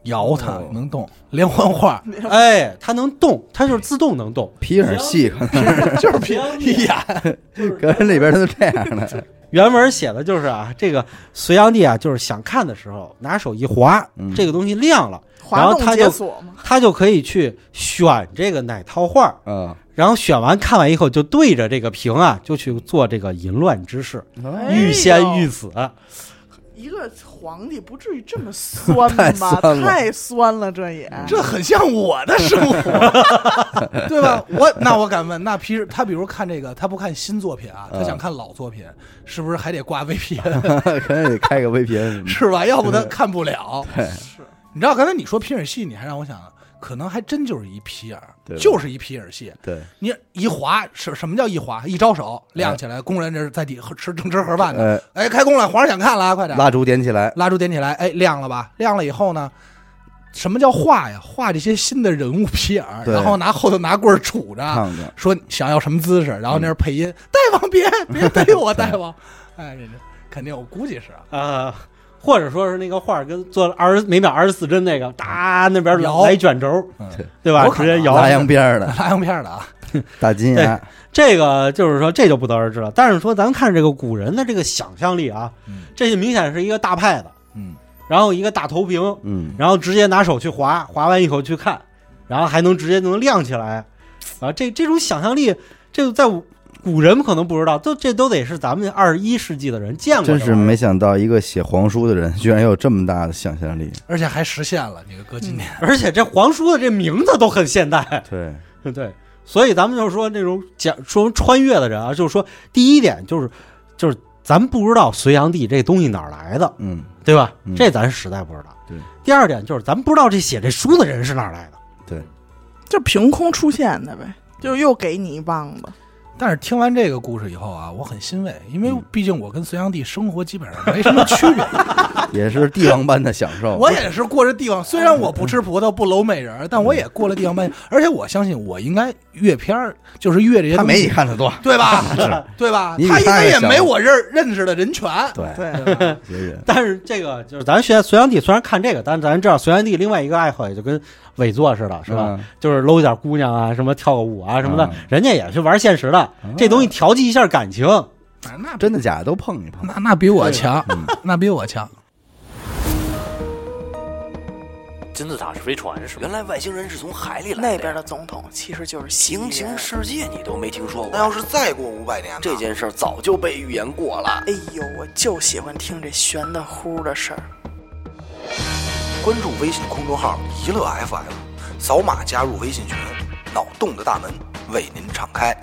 摇它能动，连环画， 哎，它能动，它就是自动能动。 皮影戏可能就是皮一眼， 搁人里边都这样的。 原文写的就是啊，这个隋炀帝啊，就是想看的时候拿手一划，这个东西亮了，然后他就可以去选这个哪套画，然后选完看完以后就对着这个屏啊，就去做这个淫乱之事，欲仙欲死。 一个皇帝不至于这么酸吧？太酸了，这很像我的生活，对吧？我敢问，那他比如看这个，他不看新作品啊，他想看老作品，是不是还得挂 VPN？ 可能得开个 VPN， 是吧？要不他看不了。是，你知道刚才你说皮影戏，你还让我想，可能还真就是一皮影，就是一皮影戏。 对， 你一划是什么叫一划？一招手亮起来，工人这在底正吃盒饭呢。哎，开工了，皇上想看了啊，快点！ 蜡烛点起来， 哎，亮了吧？亮了以后呢，什么叫画呀？画这些新的人物皮影，然后后头拿棍杵着，说想要什么姿势，然后那是配音，大王别逮我，大王！哎，肯定我估计是啊。或者说是那个画跟做每秒24帧那个，哒那边来卷轴，对吧？直接摇拉洋边的啊， 大金牙。 这个就是说这就不得而知了。但是说咱们看这个古人的这个想象力啊，这就明显是一个大派的，然后一个大投屏，然后直接拿手去划完以后去看，然后还能直接能亮起来啊！这种想象力，这个在古人可能不知道，这都得是咱们21世纪的人见过。 真是没想到，一个写皇书的人居然有这么大的想象力， 而且还实现了。这个搁今天， 而且这皇书的这名字都很现代。 对， 所以咱们就是说，那种说穿越的人啊，就是说，第一点就是咱们不知道隋炀帝这东西哪儿来的，对吧？这咱实在不知道。 对。 第二点就是咱们不知道这写这书的人是哪儿来的。 对， 就凭空出现的呗，就又给你一棒子。 但是听完这个故事以后啊，我很欣慰，因为毕竟我跟隋炀帝生活基本上没什么区别， 也是帝王般的享受。 我也是过着帝王，虽然我不吃葡萄不搂美人，但我也过了帝王般。而且我相信我应该阅片儿，就是阅这些东西， 他没你看的多， 对吧？对吧？他应该也没我认识的人权。 对。 但是这个就是咱学隋炀帝，虽然看这个，但是咱知道隋炀帝另外一个爱好也就跟伪作似的，是吧？就是搂点姑娘啊，什么跳个舞啊什么的，人家也是玩现实的。这东西调剂一下感情， 那真的假的都碰一碰， 那比我强，那比我强。 金字塔是飞船是吧？原来外星人是从海里来的。 那边的总统其实就是平行世界，你都没听说过？ 那要是再过500年呢？ 这件事早就被预言过了。 哎呦，我就喜欢听这玄的乎的事儿。 关注微信公众号“一乐 FM”， 扫码加入微信群，脑洞的大门为您敞开。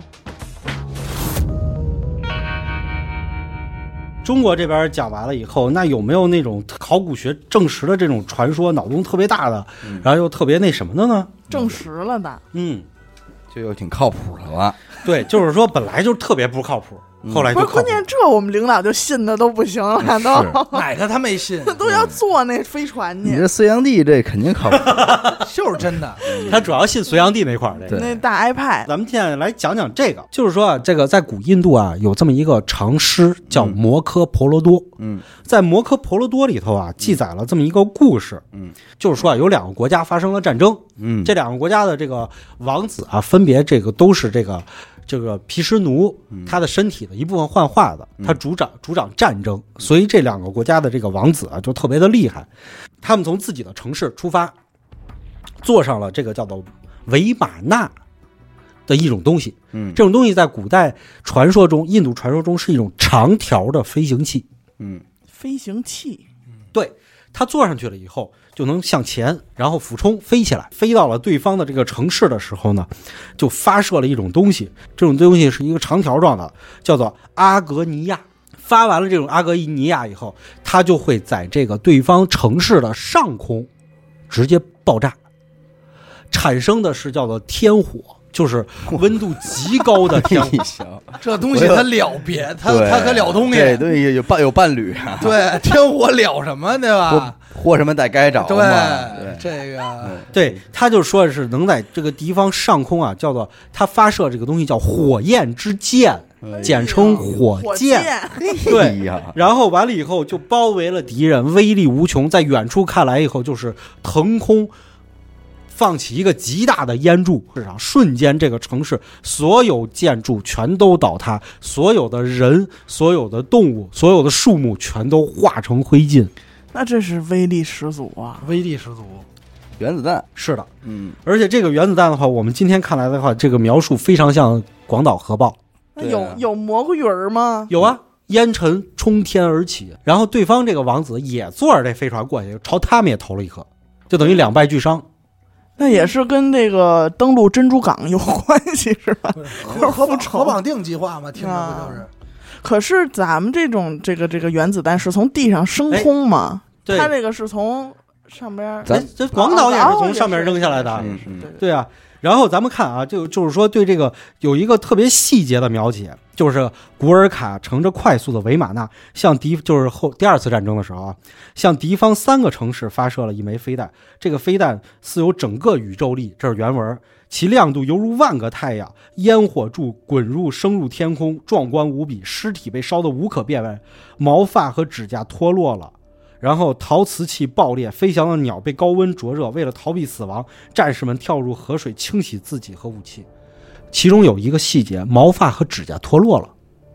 中国这边讲完了以后，那有没有那种考古学证实的这种传说，脑洞特别大的，然后又特别那什么的呢？ 证实了的， 就又挺靠谱的了。 对，就是说本来就特别不靠谱，后来就不是关键，这我们领导就信的都不行了，都哪个他没信？ 都要坐那飞船去。 你这隋炀帝这肯定靠谱， 就是真的。 他主要信隋炀帝那块儿的， 那大 iPad。 咱们现在来讲讲这个，就是说这个在古印度啊，有这么一个长诗叫《摩诃婆罗多》。在《摩诃婆罗多》里头啊，记载了这么一个故事。就是说啊，有2个国家发生了战争。这2个国家的这个王子啊，分别这个都是这个毗湿奴，他的身体的一部分幻化的，他主掌战争，所以这2个国家的这个王子啊就特别的厉害。他们从自己的城市出发，坐上了这个叫做维玛纳的一种东西。这种东西在古代传说中，印度传说中是一种长条的飞行器。 飞行器， 对，他坐上去了以后就能向前，然后俯冲飞起来，飞到了对方的这个城市的时候呢，就发射了一种东西，这种东西是一个长条状的，叫做阿格尼亚。发完了这种阿格尼亚以后，它就会在这个对方城市的上空直接爆炸，产生的是叫做天火。 就是温度极高的天火。 这东西它了别，它可了东西， 对，有伴侣啊。 对，天火了什么对吧？ 活什么得该着。 对，这个对，他就说的是能在这个敌方上空啊，叫做他发射这个东西叫火焰之箭。简称火箭，对呀，然后完了以后就包围了敌人，威力无穷。在远处看来以后，就是腾空放起一个极大的烟柱，瞬间这个城市所有建筑全都倒塌，所有的人、所有的动物、所有的树木全都化成灰烬。 那这是威力十足啊！ 威力十足， 原子弹是的，而且这个原子弹的话，我们今天看来的话，这个描述非常像广岛核爆。 有蘑菇云吗？ 有啊，烟尘冲天而起，然后对方这个王子也坐着这飞船过去，朝他们也投了一颗，就等于两败俱伤。 那也是跟这个登陆珍珠港有关系是吧？ 核绑定计划嘛，听着不就是？ 可是咱们这种这个原子弹是从地上升空嘛？它这个是从上边， 这广岛也是从上面扔下来的，对啊。然后咱们看啊，就是说对这个有一个特别细节的描写，就是古尔卡乘着快速的维马纳向就是第二次战争的时候啊，向敌方3个城市发射了一枚飞弹。这个飞弹似有整个宇宙力，这是原文，其亮度犹如万个太阳，烟火柱升入天空，壮观无比。尸体被烧得无可辨认，毛发和指甲脱落了。然后陶瓷器爆裂，飞翔的鸟被高温灼热，为了逃避死亡，战士们跳入河水清洗自己和武器。其中有一个细节，毛发和指甲脱落了。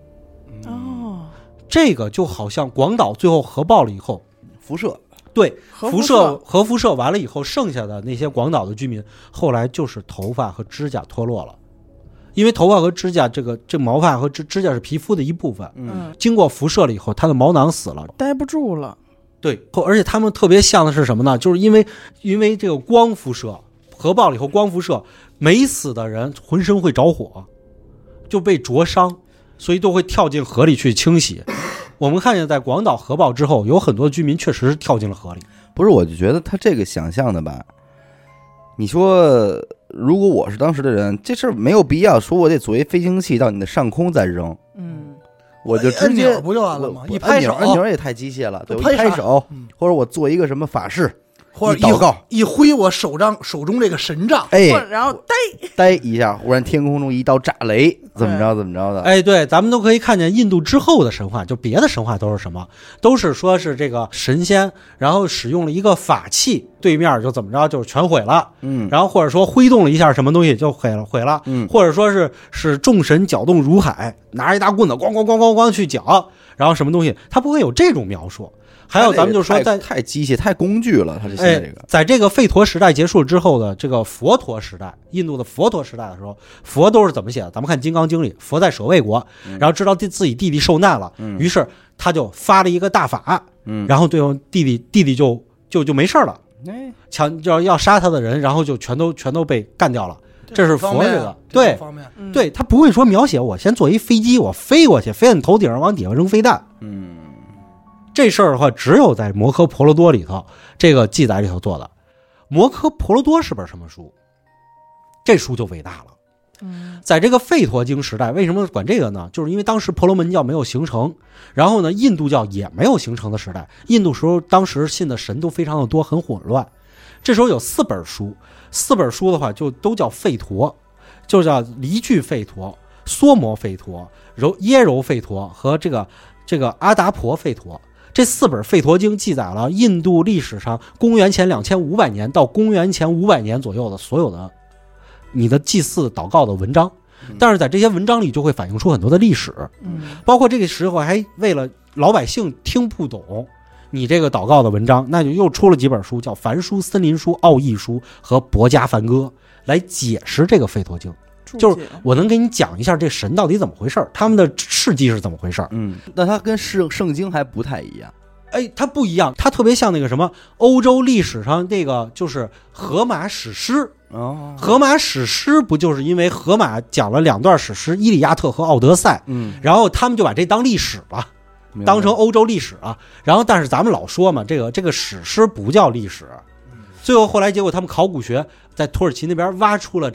这个就好像广岛最后核爆了以后， 辐射， 对，核辐射完了以后，剩下的那些广岛的居民后来就是头发和指甲脱落了。因为头发和指甲，这毛发和指甲是皮肤的一部分，经过辐射了以后，它的毛囊死了， 待不住了。 对，而且他们特别像的是什么呢？就是因为这个光辐射，核爆了以后光辐射，没死的人浑身会着火，就被灼伤，所以都会跳进河里去清洗。我们看见在广岛核爆之后，有很多居民确实是跳进了河里。 不是，我就觉得他这个想象的吧，你说如果我是当时的人，这事儿没有必要说我得作为飞行器到你的上空再扔。我就直接不就完了吗？一拍手， 按钮也太机械了，对，我一拍手，或者我做一个什么法事， 或者祷告， 一挥我手中这个神杖， 然后呆一下，忽然天空中一道炸雷，怎么着的？ 对，咱们都可以看见印度之后的神话，就别的神话都是什么？都是说是这个神仙，然后使用了一个法器，对面就怎么着，就是全毁了。然后或者说挥动了一下什么东西就毁了。或者说是众神搅动如海，拿着一大棍子咣咣咣咣咣去搅，然后什么东西，它不会有这种描述。还有咱们就说太机械太工具了，它是现在这个在这个吠陀时代结束之后的这个佛陀时代，印度的佛陀时代的时候，佛都是怎么写的？咱们看《金刚经》里，佛在舍卫国，然后知道自己弟弟受难了，于是他就发了一个大法，然后对方弟弟就没事了，要杀他的人，然后就全都被干掉了。这是佛这个对，他不会说描写我先坐一飞机我飞过去，飞到你头顶上往底下扔飞弹。这事儿的话，只有在《摩诃婆罗多》里头这个记载里头做的。《摩诃婆罗多》是本什么书？这书就伟大了。在这个吠陀经时代，为什么管这个呢？就是因为当时婆罗门教没有形成，然后呢，印度教也没有形成的时代。印度当时信的神都非常的多，很混乱。这时候有4本书的话，就都叫吠陀，就叫离句吠陀、梭摩吠陀、耶柔吠陀和这个阿达婆吠陀。这4本吠陀经记载了印度历史上公元前2500年到公元前500年左右的所有的你的祭祀祷告的文章，但是在这些文章里就会反映出很多的历史，包括这个时候还为了老百姓听不懂你这个祷告的文章，那就又出了几本书，叫梵书、森林书、奥义书和博伽梵歌，来解释这个吠陀经。就是我能给你讲一下这神到底怎么回事，他们的事迹是怎么回事。 那它跟圣经还不太一样。 它不一样，它特别像那个什么欧洲历史上那个就是荷马史诗。荷马史诗不就是因为荷马讲了2段史诗《伊利亚特》和《奥德赛》，然后他们就把这当历史了，当成欧洲历史了。然后但是咱们老说嘛，这个史诗不叫历史。最后后来结果他们考古学在土耳其那边挖出了这个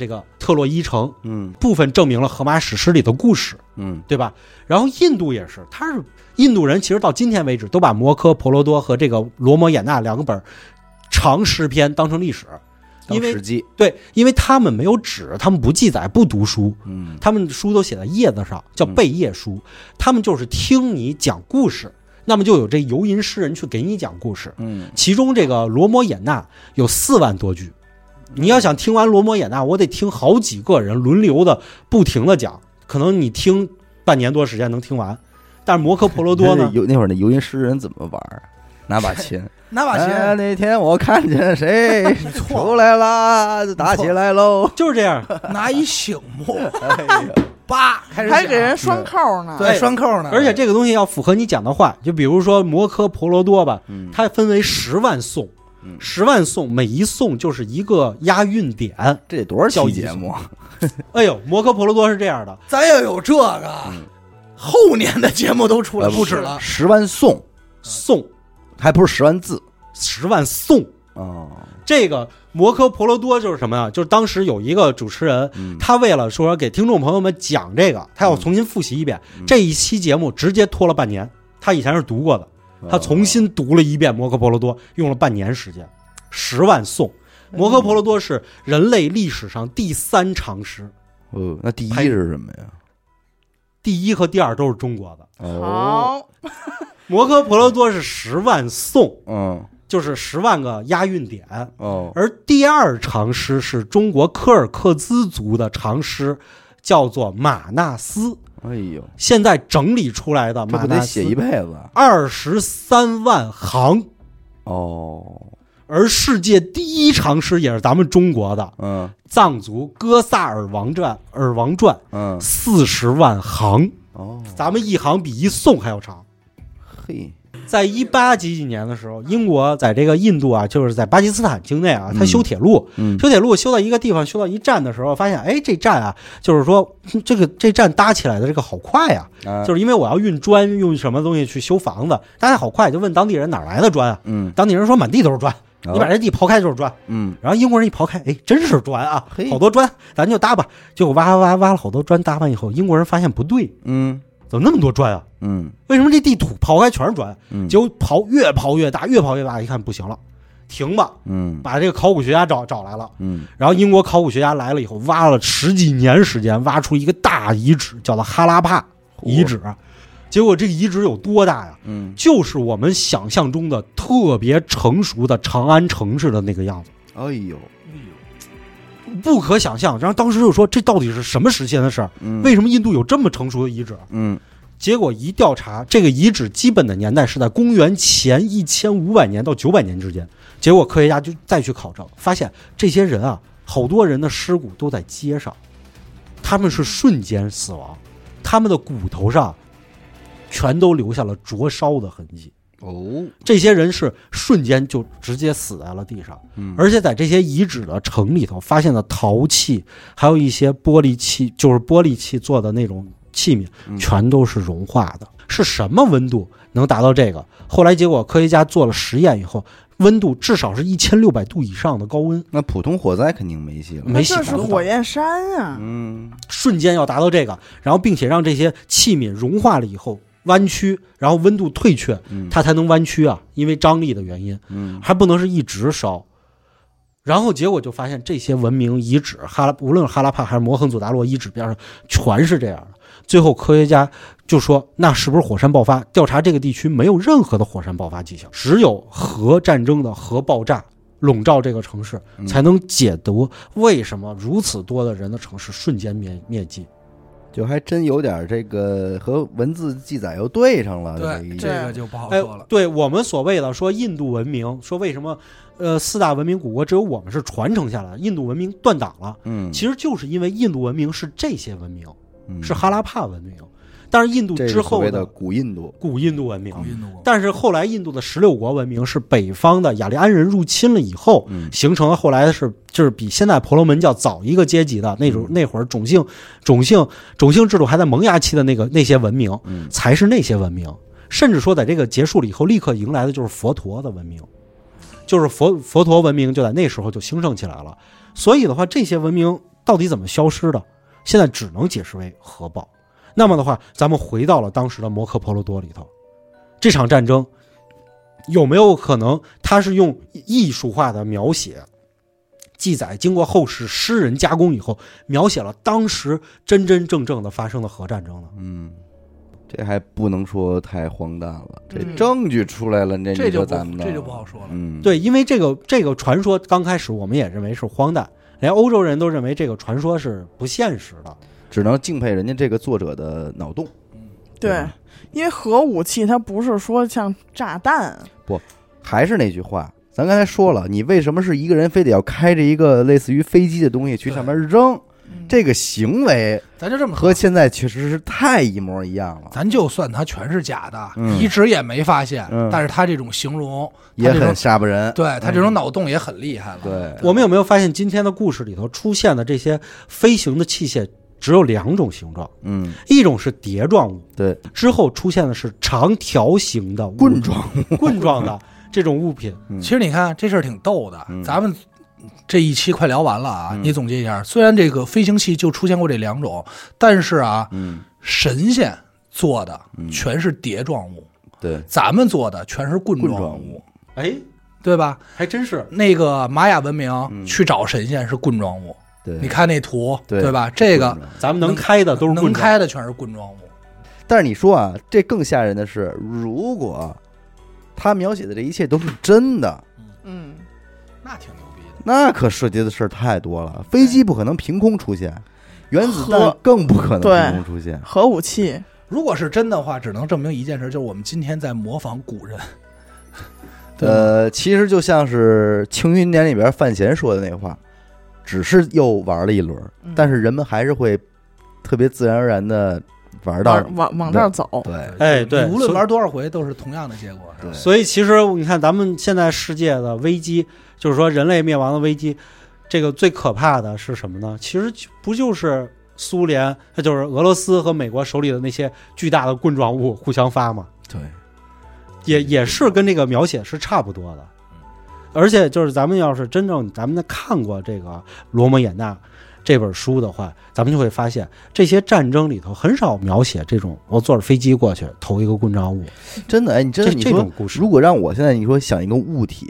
特洛伊城，部分证明了荷马史诗里的故事，对吧？然后印度也是，他是印度人，其实到今天为止都把摩诃婆罗多和这个罗摩衍那2本长诗篇当成历史。因为对，因为他们没有纸，他们不记载，不读书，他们书都写在叶子上，叫背叶书，他们就是听你讲故事，那么就有这游吟诗人去给你讲故事，其中这个罗摩衍那有4万多句，你要想听完罗摩衍那，我得听好几个人轮流的不停的讲，可能你听半年多时间能听完，但是摩诃婆罗多呢， 那会儿那游吟诗人怎么玩？拿把琴。 拿把琴， 那天我看见谁出来了，打起来喽， 就是这样， 拿一醒目，叭，开始还给人拴扣呢， 对，拴扣呢。 而且这个东西要符合你讲的话，就比如说摩诃婆罗多吧，它分为10万颂，10万颂，每一颂就是一个押韵点， 这得多少期节目？ 哎呦，摩诃婆罗多是这样的， 咱要有这个，后年的节目都出来不止了 ，10万颂。还不是10万字 ，10万颂哦。 这个摩诃婆罗多就是什么呀？就是当时有一个主持人，他为了说给听众朋友们讲这个，他要重新复习一遍，这一期节目直接拖了半年。他以前是读过的，他重新读了一遍摩诃婆罗多，用了半年时间。10万颂，摩诃婆罗多是人类历史上第3长诗。 那第1是什么呀？ 第1和第2都是中国的。 好。 摩诃婆罗多是10万颂，就是10万个押韵点，而第2长诗是中国柯尔克孜族的长诗，叫做玛纳斯。 哎呦， 现在整理出来的玛纳斯得写一辈子 ，23万行而世界第1长诗也是咱们中国的，藏族哥萨尔王传，40万行，咱们一行比一颂还要长。在18几年的时候，英国在这个印度啊，就是在巴基斯坦境内啊，他修铁路，修到一个地方，修到一站的时候，发现哎，这站啊，就是说这站搭起来的这个好快啊，就是因为我要运砖，用什么东西去修房子，搭的好快，就问当地人哪来的砖啊？当地人说满地都是砖，你把这地刨开就是砖。然后英国人一刨开，哎，真是砖啊，好多砖，咱就搭吧。结果挖了好多砖，搭完以后，英国人发现不对，怎么那么多砖啊？为什么这地土刨开全是砖？结果越刨越大，越刨越大，一看不行了，停吧。把这个考古学家找来了。然后英国考古学家来了以后，挖了10几年时间，挖出一个大遗址，叫做哈拉帕遗址。结果这个遗址有多大呀？就是我们想象中的特别成熟的长安城市的那个样子。 哎呦， 不可想象。然后当时就说这到底是什么时期的事儿？为什么印度有这么成熟的遗址？结果一调查，这个遗址基本的年代是在公元前1500年到900年之间。结果科学家就再去考证，发现这些人啊，好多人的尸骨都在街上，他们是瞬间死亡，他们的骨头上全都留下了灼烧的痕迹。这些人是瞬间就直接死在了地上，而且在这些遗址的城里头发现的陶器，还有一些玻璃器，就是玻璃器做的那种器皿，全都是融化的。是什么温度能达到这个？后来结果科学家做了实验以后，温度至少是1600度以上的高温。 那普通火灾肯定没戏了， 这是火焰山啊！ 瞬间要达到这个，然后并且让这些器皿融化了以后弯曲，然后温度退却，它才能弯曲啊，因为张力的原因，还不能是一直烧。然后结果就发现这些文明遗址，无论是哈拉帕还是摩亨佐达罗遗址边上，全是这样的。最后科学家就说，那是不是火山爆发？调查这个地区没有任何的火山爆发迹象，只有核战争的核爆炸笼罩这个城市，才能解读为什么如此多的人的城市瞬间灭迹。 就还真有点这个和文字记载又对上了。 对，这个就不好说了。 对，我们所谓的说印度文明，说为什么4大文明古国只有我们是传承下来，印度文明断档了。其实就是因为印度文明是这些文明，是哈拉帕文明。但是印度之后的古印度文明，但是后来印度的16国文明是北方的雅利安人入侵了以后，形成了后来就是比现在婆罗门教早一个阶级的那会儿种姓制度还在萌芽期的那些文明，才是那些文明。甚至说在这个结束了以后，立刻迎来的就是佛陀的文明，就是佛陀文明就在那时候就兴盛起来了。所以的话，这些文明到底怎么消失的？现在只能解释为核爆。那么的话，咱们回到了当时的摩诃婆罗多里头，这场战争有没有可能它是用艺术化的描写记载，经过后世诗人加工以后，描写了当时真真正正的发生的核战争呢？ 这还不能说太荒诞了，这证据出来了， 这就不好说了。 对，因为这个传说刚开始我们也认为是荒诞，连欧洲人都认为这个传说是不现实的， 只能敬佩人家这个作者的脑洞。 对，因为核武器它不是说像炸弹， 不，还是那句话，咱刚才说了，你为什么是一个人非得要开着一个类似于飞机的东西去上面扔？这个行为， 咱就这么和现在确实是太一模一样了。 咱就算它全是假的，一直也没发现，但是他这种形容也很杀不人。 对，他这种脑洞也很厉害了。 对， 我们有没有发现今天的故事里头出现的这些飞行的器械只有2种形状？一种是碟状物， 对， 之后出现的是长条形的棍状的这种物品。 其实你看这事儿挺逗的，咱们这一期快聊完了啊，你总结一下，虽然这个飞行器就出现过这2种，但是啊，神仙做的全是碟状物， 对， 咱们做的全是棍状物， 哎， 对吧？ 还真是。 那个玛雅文明去找神仙是棍状物， 对， 你看那图，对吧？这个咱们能开的都是能开的全是棍状物。 但是你说啊，这更吓人的是，如果他描写的这一切都是真的， 那挺牛逼的。 那可涉及的事儿太多了。飞机不可能凭空出现，原子弹更不可能凭空出现。 核武器如果是真的话，只能证明一件事，就是我们今天在模仿古人。 其实就像是《庆余年》里边范闲说的那话，只是又玩了一轮，但是人们还是会特别自然而然的玩到往这儿走。 对， 哎，对， 无论玩多少回都是同样的结果。 对， 所以其实你看，咱们现在世界的危机，就是说人类灭亡的危机，这个最可怕的是什么呢？其实不就是苏联，它就是俄罗斯和美国手里的那些巨大的棍状物互相发吗？ 对， 也是跟这个描写是差不多的。而且就是咱们要是真正咱们看过这个《罗摩衍那》这本书的话，咱们就会发现这些战争里头很少描写这种我坐着飞机过去投一个棍状物。 真的，哎，你真的这种故事， 如果让我现在你说想一个物体，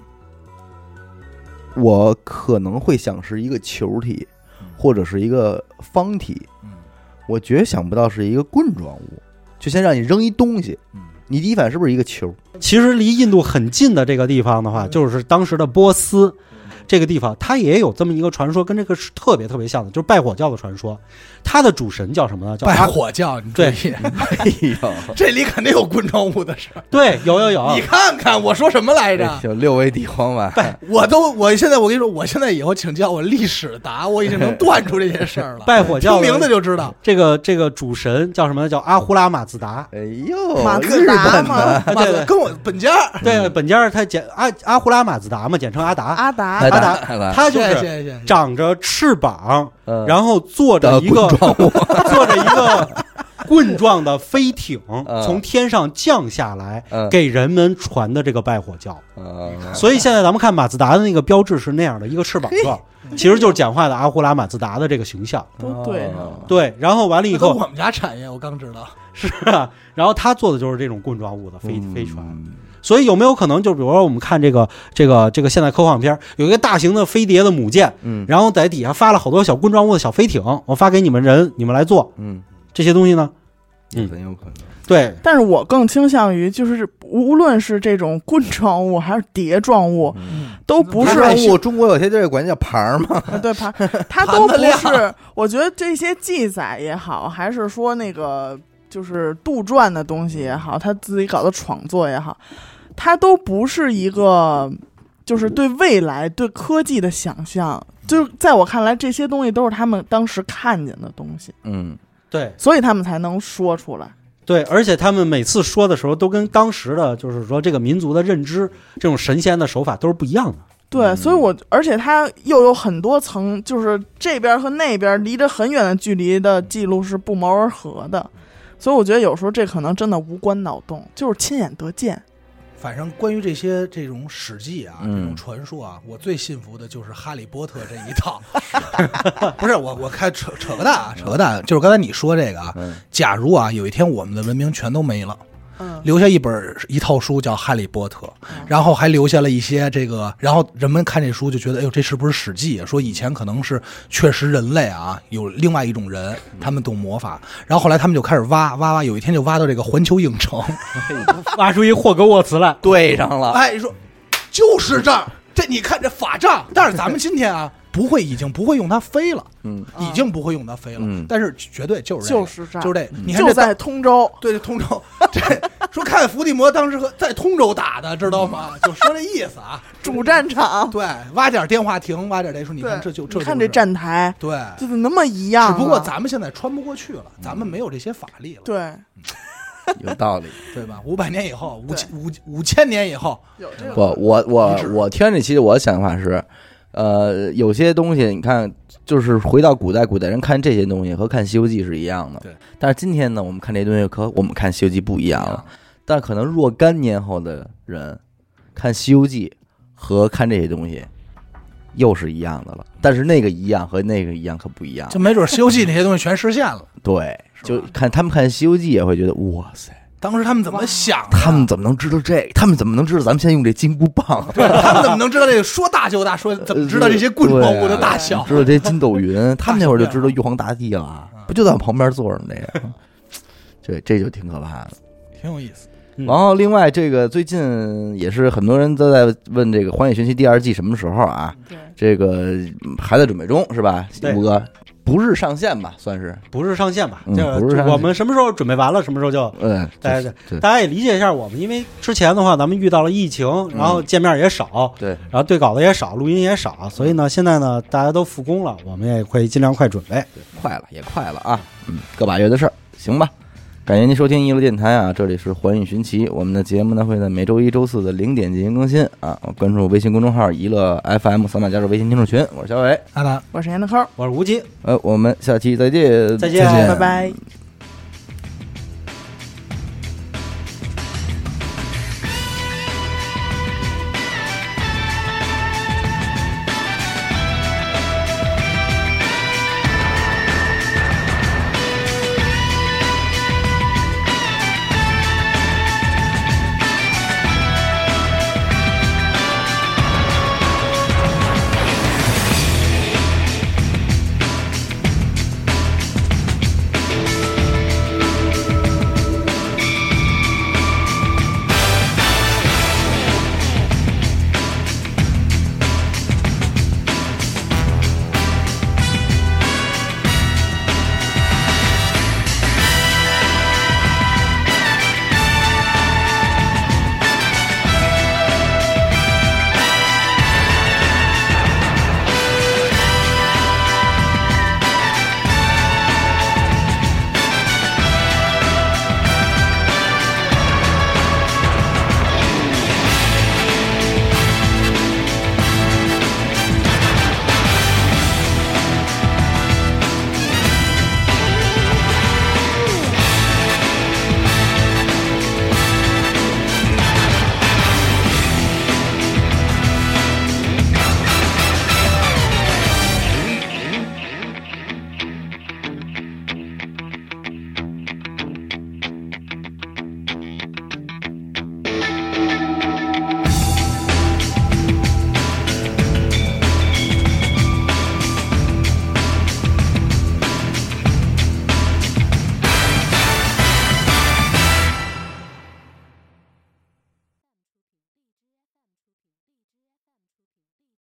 我可能会想是一个球体，或者是一个方体，我绝想不到是一个棍状物。就先让你扔一东西，你第一反应是不是一个球？ 其实离印度很近的这个地方的话，就是当时的波斯。这个地方它也有这么一个传说，跟这个是特别特别像的，就是拜火教的传说。它的主神叫什么呢？叫拜火教。你对， 哎呦， 这里肯定有棍状物的事儿。 对，有。 你看看我说什么来着？ 就6位帝皇吧。 我现在我跟你说，我现在以后请教我历史答，我已经能断出这些事儿了。 拜火教听名字就知道， 这个主神叫什么呢？叫阿胡拉马自达。 哎呦， 马自达吗？ 对，跟我本家。 对，本家他阿胡拉马自达嘛，简称阿达。 阿达， 他就是长着翅膀，然后坐着一个棍状的飞艇从天上降下来，给人们传的这个拜火教。所以现在咱们看马自达的那个标志是那样的一个翅膀状，其实就是简化的阿胡拉马自达的这个形象。 都对， 对，然后完了以后， 我们家产业我刚知道是啊，然后他做的就是这种棍状物的飞船。所以有没有可能，就比如说我们看这个现代科幻片，有一个大型的飞碟的母舰，然后在底下发了好多小棍状物的小飞艇，我发给你们人，你们来做，这些东西呢， 很有可能。 对， 但是我更倾向于就是无论是这种棍状物还是碟状物，都不是中国有些地儿管叫盘嘛， 对盘，它都不是。我觉得这些记载也好，还是说那个就是杜撰的东西也好，他自己搞的创作也好。它都不是一个，就是对未来、对科技的想象。就在我看来，这些东西都是他们当时看见的东西。 对， 所以他们才能说出来。 对，而且他们每次说的时候，都跟当时的，就是说这个民族的认知，这种神仙的手法都是不一样的。 对，所以而且它又有很多层，就是这边和那边离着很远的距离的记录是不谋而合的。所以我觉得有时候这可能真的无关脑洞，就是亲眼得见。 反正关于这种史记啊，这种传说啊，我最信服的就是哈利波特这一套。不是我开扯个蛋，就是刚才你说这个啊，假如啊有一天我们的文明全都没了。留下一套书叫《哈利波特》，然后还留下了一些这个，然后人们看这书就觉得，哎呦，这是不是史记？说以前可能是确实人类啊有另外一种人，他们懂魔法，然后后来他们就开始挖，有一天就挖到这个环球影城， 挖出一霍格沃茨来， 对上了。 哎，说就是这儿，这你看这法杖，但是咱们今天啊。已经不会用它飞了，已经不会用它飞了，但是绝对就是这，你看就在通州， 对，通州，这说看伏地魔当时在通州打的，知道吗？就说这意思啊， 主战场， 对，挖点电话亭，挖点这，说你看你看这站台， 对， 就怎么那么一样？ 只不过咱们现在穿不过去了，咱们没有这些法力了， 对。 有道理， 对吧？500年以后，5000年以后， 不，我听这期我的想法是。有些东西你看，就是回到古代人看这些东西和看《西游记》是一样的。 对。 但是今天呢，我们看这些东西和我们看《西游记》不一样了。但可能若干年后的人看《西游记》和看这些东西又是一样的了。但是那个一样和那个一样可不一样。 就没准《西游记》那些东西全实现了。 对，就看他们看《西游记》也会觉得哇塞。 当时他们怎么想的？ 他们怎么能知道这？他们怎么能知道咱们现在用这金箍棒？ 他们怎么能知道这个说大就大？说怎么知道这些棍状物的大小？ 知道这些筋斗云？他们那会儿就知道玉皇大帝了，不就在我旁边坐着那个？这就挺可怕的， 挺有意思。 然后另外这个最近也是很多人都在问这个《荒野寻奇》第2季什么时候啊？这个还在准备中是吧？吴哥。不是上线吧，算是不是上线吧？ 不是我们什么时候准备完了，什么时候就大家也理解一下我们，因为之前的话咱们遇到了疫情，然后见面也少， 对， 然后对稿子也少，录音也少，所以呢，现在呢大家都复工了，我们也会尽量快准备， 快了啊，个把月的事儿，行吧。感谢您收听娱乐电台啊，这里是环宇寻奇，我们的节目呢会在每周1、周4的0点进行更新啊。关注微信公众号娱乐 FM， 扫码加入微信听众群。我是小伟， 阿达， 我是闫德抠， 我是吴奇， 我们下期再见， 再见， 拜拜。